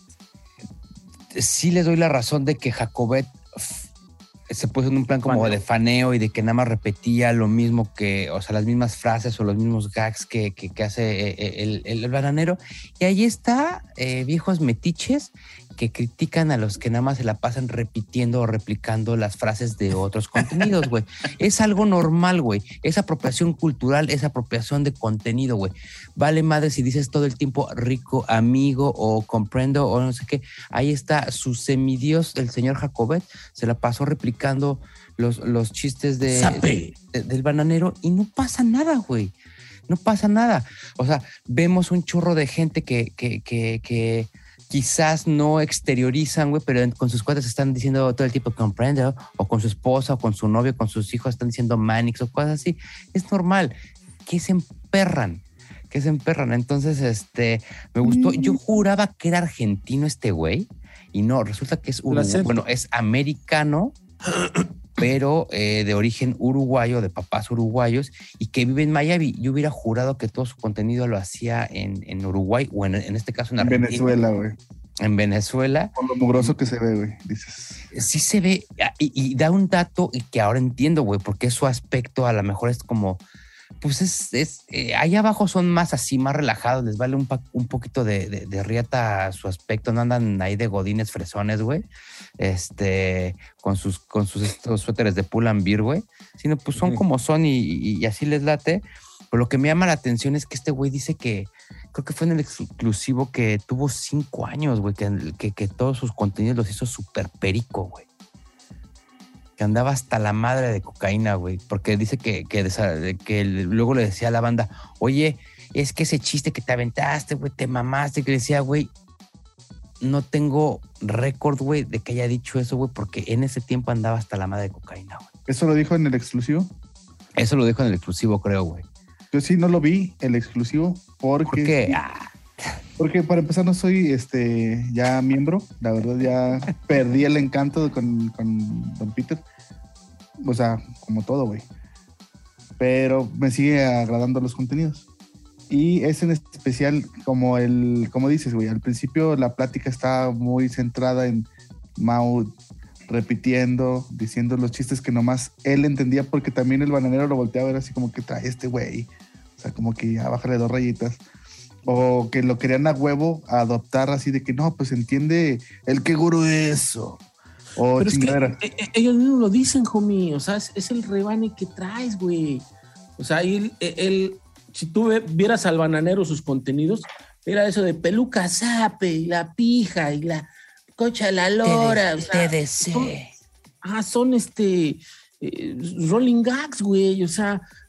sí les doy la razón de que Jacobet se puso en un plan como faneo. de faneo y de que nada más repetía lo mismo que, o sea, las mismas frases o los mismos gags que, que, que hace el, el, el bananero. Y ahí está, eh, viejos metiches que critican a los que nada más se la pasan repitiendo o replicando las frases de otros contenidos, güey. Es algo normal, güey. Es apropiación cultural, es apropiación de contenido, güey. Vale madre si dices todo el tiempo rico, amigo o comprendo o no sé qué. Ahí está su semidios, el señor Jacobet, se la pasó replicando los, los chistes de, de, del bananero y no pasa nada, güey. No pasa nada. O sea, vemos un chorro de gente que, que, que, que quizás no exteriorizan, güey, pero con sus cuates están diciendo todo el tiempo comprende, ¿no? O con su esposa, o con su novio, con sus hijos están diciendo manix o cosas así. Es normal. Que se emperran. Que se emperran. Entonces, este, me gustó. Yo juraba que era argentino este güey y no, resulta que es uruguayo. Bueno, es americano, pero eh, de origen uruguayo, de papás uruguayos, y que vive en Miami. Yo hubiera jurado que todo su contenido lo hacía en, en Uruguay, o en, en este caso en Argentina. En Venezuela, güey. En Venezuela. Con lo mugroso que se ve, güey, dices. Sí se ve, y, y da un dato y que ahora entiendo, güey, porque su aspecto a lo mejor es como, pues es, es eh, ahí abajo son más así, más relajados, les vale un, pa, un poquito de, de, de riata a su aspecto, no andan ahí de godines fresones, güey, este, con sus, con sus estos suéteres de Pull and Bear, güey, sino pues son uh-huh. como son y, y, y así les late. Pero lo que me llama la atención es que este güey dice que, creo que fue en el exclusivo que tuvo cinco años, güey, que, que, que todos sus contenidos los hizo súper perico, güey. Que andaba hasta la madre de cocaína, güey, porque dice que, que, que luego le decía a la banda, oye, es que ese chiste que te aventaste, güey, te mamaste, que le decía, güey, no tengo récord, güey, de que haya dicho eso, güey, porque en ese tiempo andaba hasta la madre de cocaína, güey. ¿Eso lo dijo en el exclusivo? Eso lo dijo en el exclusivo, creo, güey. Yo sí no lo vi, el exclusivo, porque... ¿Por qué? Ah. Porque para empezar no soy este ya miembro, la verdad ya perdí el encanto con, con Don Peter. O sea, como todo, güey. Pero me sigue agradando los contenidos. Y es en especial como el, como dices, güey, al principio la plática está muy centrada en Mao repitiendo, diciendo los chistes que nomás él entendía, porque también el bananero lo volteaba a ver así como que trae este güey. O sea, como que ya bájale dos rayitas. O que lo querían a huevo a adoptar así de que no, pues entiende el que gurú eso. O pero chingadera. Es que ellos mismos lo dicen, homie. O sea, es, es el rebane que traes, güey. O sea, él, él, si tú vieras al bananero sus contenidos, era eso de peluca zape, y la pija, y la cocha de la lora. T D C. O sea, son, ah, son este... Eh, rolling gags, güey, o sea,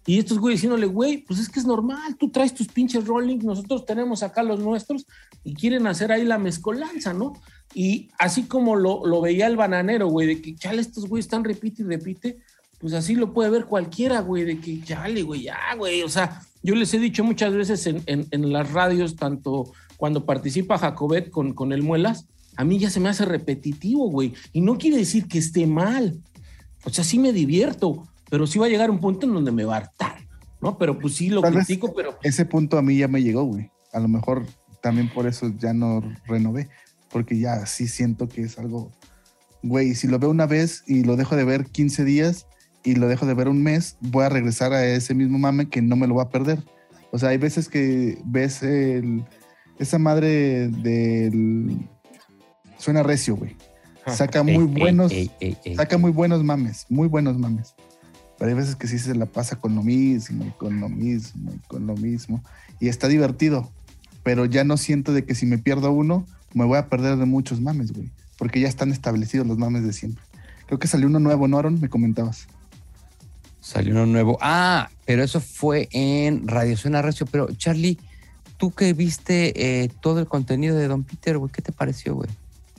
Y estos güeyes diciéndole, güey, pues es que es normal, tú traes tus pinches rollings, nosotros tenemos acá los nuestros y quieren hacer ahí la mezcolanza, ¿no? Y así como lo, lo veía el bananero, güey, de que chale, estos güeyes están repite y repite, pues así lo puede ver cualquiera, güey, de que chale, güey, ya, güey. O sea, yo les he dicho muchas veces en, en, en las radios, tanto cuando participa Jacobet con, con el Muelas, a mí ya se me hace repetitivo, güey. Y no quiere decir que esté mal. O sea, sí me divierto, pero sí va a llegar un punto en donde me va a hartar, ¿no? Pero pues sí lo Tal critico, vez pero... ese punto a mí ya me llegó, güey. A lo mejor también por eso ya no renové, porque ya sí siento que es algo... Güey, si lo veo una vez y lo dejo de ver quince días y lo dejo de ver un mes, voy a regresar a ese mismo mame que no me lo voy a perder. O sea, hay veces que ves el, esa madre del... Suena recio, güey. Saca muy Ey, buenos, ey, ey, ey, saca ey. muy buenos mames, muy buenos mames. Pero hay veces que sí se la pasa con lo mismo, y con lo mismo, y con lo mismo. Y está divertido. Pero ya no siento de que si me pierdo uno, me voy a perder de muchos mames, güey. Porque ya están establecidos los mames de siempre. Creo que salió uno nuevo, ¿no, Aaron? Me comentabas. Salió uno nuevo. Ah, pero eso fue en Radio Suena Recio. Pero, Charlie, tú que viste eh, todo el contenido de Don Peter, güey, ¿qué te pareció, güey?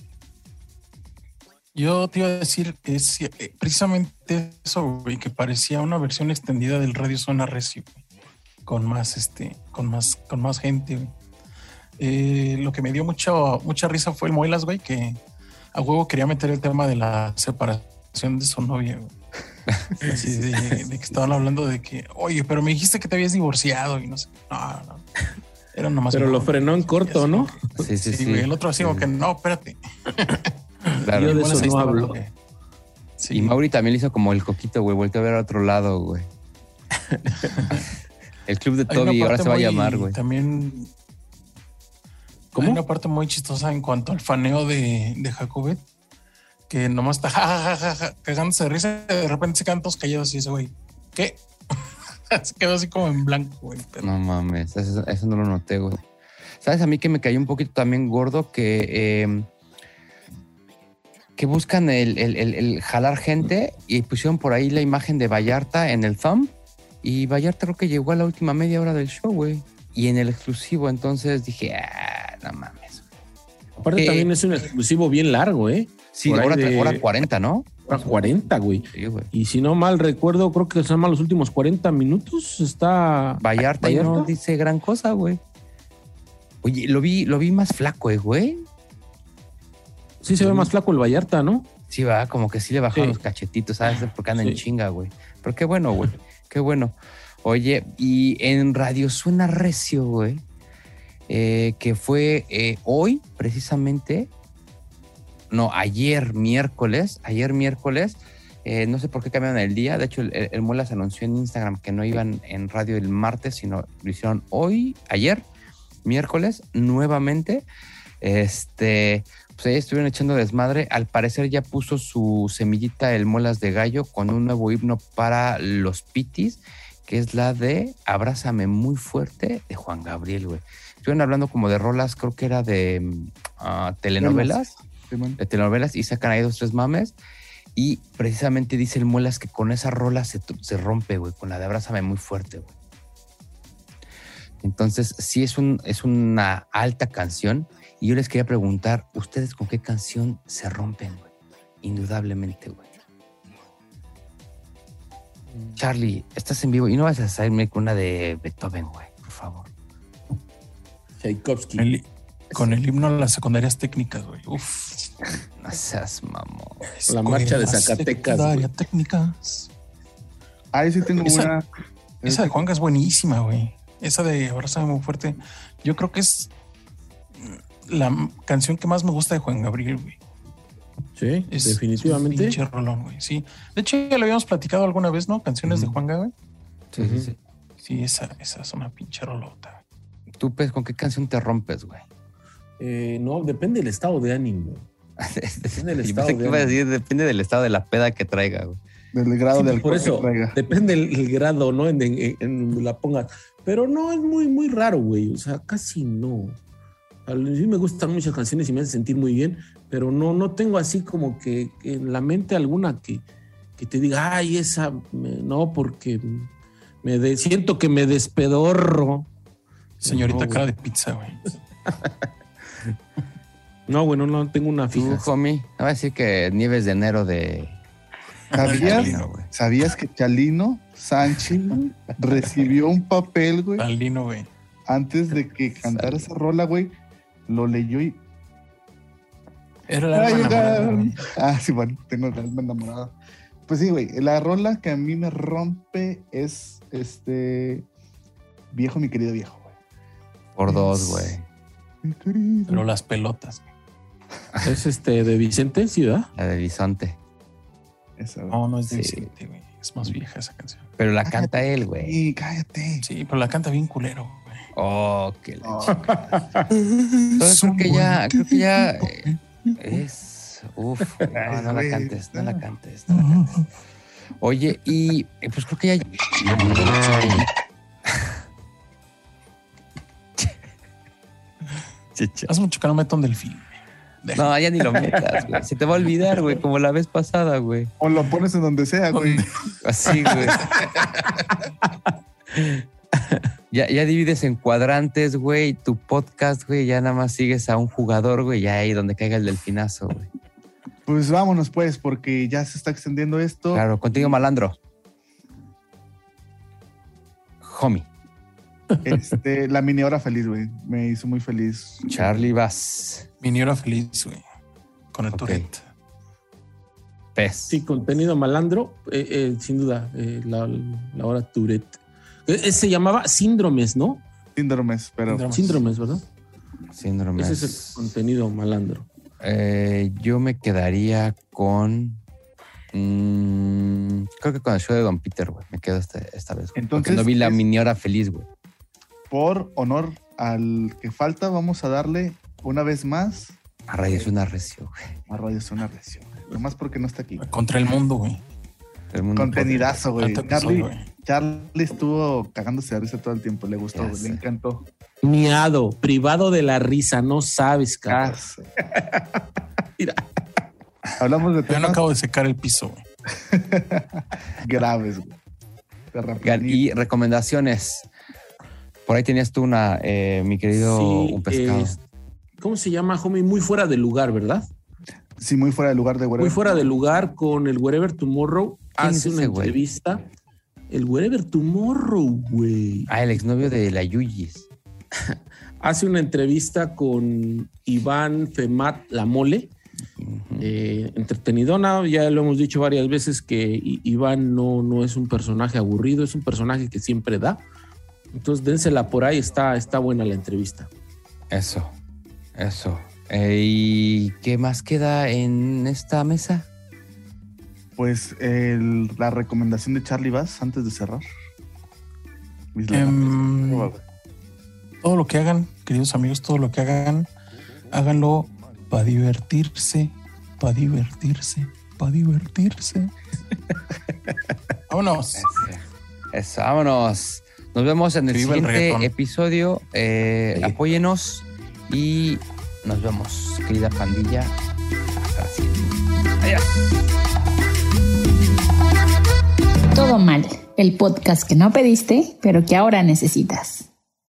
Yo te iba a decir que es eh, precisamente eso, güey, que parecía una versión extendida del Radio Suena Recio, güey, con más, este, con más, con más gente, güey. Eh, lo que me dio mucha, mucha risa fue el Muelas, güey, que a huevo quería meter el tema de la separación de su novia, güey. Así de, de que estaban hablando de que, oye, pero me dijiste que te habías divorciado y no sé. No, no. Era nomás. Pero un- lo frenó en corto, ¿no? Sí, sí, sí. güey, el otro así como que, no, espérate. Claro. Yo de Muelas eso ahí no estaba, hablo. güey. Sí. Y Mauri también le hizo como el coquito, güey. Volteó a ver a otro lado, güey. El club de Hay una Toby ahora parte se va a muy- llamar, güey. También. ¿Cómo? Hay una parte muy chistosa en cuanto al faneo de, de Jacobet, que nomás está ja, ja, ja, ja, cagándose de risa, y de repente se quedan todos callados y dice, güey, ¿qué? Se quedó así como en blanco, güey. Pero... No mames, eso, eso no lo noté, güey. ¿Sabes? A mí que me cayó un poquito también gordo que, eh, que buscan el, el- el- el jalar gente y pusieron por ahí la imagen de Vallarta en el thumb y Vallarta creo que llegó a la última media hora del show, güey. Y en el exclusivo, entonces dije, ah, no mames. Aparte Eh, también es un exclusivo bien largo, ¿eh? Sí, Por ahí hora, de- hora cuarenta, ¿no? Hora cuarenta, güey. Sí, güey. Y si no mal recuerdo, creo que son más los últimos cuarenta minutos. Está Vallarta, y no Vallarta. dice gran cosa, güey. Oye, lo vi, lo vi más flaco, eh, güey. Sí se ve más flaco el Vallarta, ¿no? Sí, va, como que sí le bajaron Sí. los cachetitos, ¿sabes? Porque anda en Sí. chinga, güey. Pero qué bueno, güey. Qué bueno. Oye, y en Radio Suena Recio, güey, eh, que fue eh, hoy, precisamente, no, ayer miércoles, ayer miércoles, eh, no sé por qué cambiaron el día. De hecho, el, el, el Muelas anunció en Instagram que no iban en radio el martes, sino lo hicieron hoy, ayer, miércoles, nuevamente. Este, pues ahí estuvieron echando desmadre. Al parecer ya puso su semillita el Muelas de Gallo con un nuevo himno para los pitis, que es la de Abrázame muy fuerte de Juan Gabriel, güey. Estuvieron hablando como de rolas, creo que era de uh, telenovelas, Simón. de telenovelas y sacan ahí dos, tres mames. Y precisamente dice el Muelas que con esa rola se, se rompe, güey, con la de Abrázame muy fuerte, güey. Entonces, sí es, un, es una alta canción. Y yo les quería preguntar, ¿ustedes con qué canción se rompen, güey? Indudablemente, güey. Charlie, estás en vivo y no vas a salirme con una de Beethoven, güey, por favor. Tchaikovsky. El- con el himno a las secundarias técnicas, güey. Uf. No seas mamón. La marcha de Escuelas Zacatecas, secundaria güey. técnicas. Ahí sí tengo Esa- una. Esa de Juanga es buenísima, güey. Esa de Abrázame muy fuerte. Yo creo que es la m- canción que más me gusta de Juan Gabriel, güey. Sí, Es definitivamente. un pinche rolón, güey. Sí. De hecho, ya lo habíamos platicado alguna vez, ¿no? Canciones de Juanga, güey. Sí, sí, sí. Sí, esa, esa es una pinche rolota. Tú, pues, ¿con qué canción te rompes, güey? Eh, no, depende del estado de ánimo. Depende del Yo estado pensé que de iba a ánimo. decir, depende del estado de la peda que traiga, güey. Del grado Sí, del por eso, que traiga. depende el, el grado, ¿no? En, en, en donde la pongas. Pero no, es muy, muy raro, güey. O sea, casi no. A mí sí me gustan muchas canciones y me hacen sentir muy bien, pero no, no tengo así como que en la mente alguna que, que te diga, ay, esa, me- no, porque Me de, siento que me despedorro. Señorita No, cara güey. de pizza, güey. No, bueno, no tengo una Tú, fija. homie, no va a decir que Nieves de enero de... ¿Sabías, Chalino, güey. ¿Sabías que Chalino Sánchez recibió un papel, güey, Talino, güey. antes de que cantara esa rola, güey? Lo leyó y... Era la alma enamorada, güey. Ah, sí, bueno, tengo el alma enamorada. Pues sí, güey, la rola que a mí me rompe es este... Viejo, mi querido viejo, güey. Por dos, güey. Mi querido. Pero las pelotas, güey. Es este de Vicente, ¿sí, verdad? La de Bisonte. Esa, güey. No, no es de Sí. Vicente, güey. Es más vieja esa canción. Pero la canta él, güey. Sí, cállate. Sí, pero la canta bien culero, güey. Oh, qué la Oh, Entonces creo que ya, creo que ya eh, es. Uf, no, Ay, no la güey, cantes, no la está. cantes, no la cantes. Oye, y eh, pues creo que ya. Hace mucho que no meto un delfín, güey. Deja. No, ya ni lo metas, güey. Se te va a olvidar, güey, como la vez pasada, güey. O lo pones en donde sea, güey. Así, güey. Ya, ya divides en cuadrantes, güey. Tu podcast, güey, ya nada más sigues a un jugador, güey, ya ahí donde caiga el delfinazo, güey. Pues vámonos, pues, porque ya se está extendiendo esto. Claro, contigo, malandro. Homie. Este, la mini hora feliz, güey. Me hizo muy feliz. Charlie Bass. Miniora feliz, güey. Con el Ok. Tourette. Pez. Sí, contenido malandro, eh, eh, sin duda, eh, la, la hora Tourette. Eh, eh, se llamaba Síndromes, ¿no? Síndromes, pero Síndromes. Síndromes, ¿verdad? Síndrome. Ese es el contenido malandro. Eh, yo me quedaría con. mm, creo que con el show de Don Peter, güey. Me quedo esta, esta vez. Güey, Entonces, porque no vi la es- mini hora feliz, güey. por honor al que falta, vamos a darle una vez más A rayos una recio, güey. a Radio Zona Recio. Nomás porque no está aquí. Contra el mundo, güey. El mundo Contenidazo, güey. Alto episodio, Charlie, güey. Charlie estuvo cagándose de risa todo el tiempo. Le gustó, Ya güey, sé. le encantó. Miado, privado de la risa, no sabes, cabrón. Ah, Mira. hablamos de Yo no temas acabo de secar el piso, güey. graves, güey. De Gan- rapidito. Y recomendaciones. Por ahí tenías tú una, eh, mi querido, Sí, un pescado. es- ¿Cómo se llama, homie? Muy fuera de lugar, ¿verdad? Sí, muy fuera de lugar de güey. Muy fuera de lugar con el Wherever Tomorrow. ¿Quién es Hace una ese güey? entrevista. El Wherever Tomorrow, güey. Ah, el exnovio de la Yuyis. Hace una entrevista con Iván Femat La Mole. Eh, entretenidona, ya lo hemos dicho varias veces que I- Iván no, no es un personaje aburrido, es un personaje que siempre da. Entonces dénsela por ahí, está, está buena la entrevista. Eso, eso. Eh, ¿Y qué más queda en esta mesa? Pues el- la recomendación de Charlie Bass antes de cerrar. Mis Em, lagartos. todo lo que hagan, queridos amigos, todo lo que hagan, háganlo para divertirse, para divertirse, para divertirse. Vámonos. Eso, vámonos. Nos vemos en el Que viva el siguiente reggaetón. episodio. Eh, Sí. Apóyenos y nos vemos, querida pandilla. Hasta la siguiente. Adiós. Todo mal, el podcast que no pediste, pero que ahora necesitas.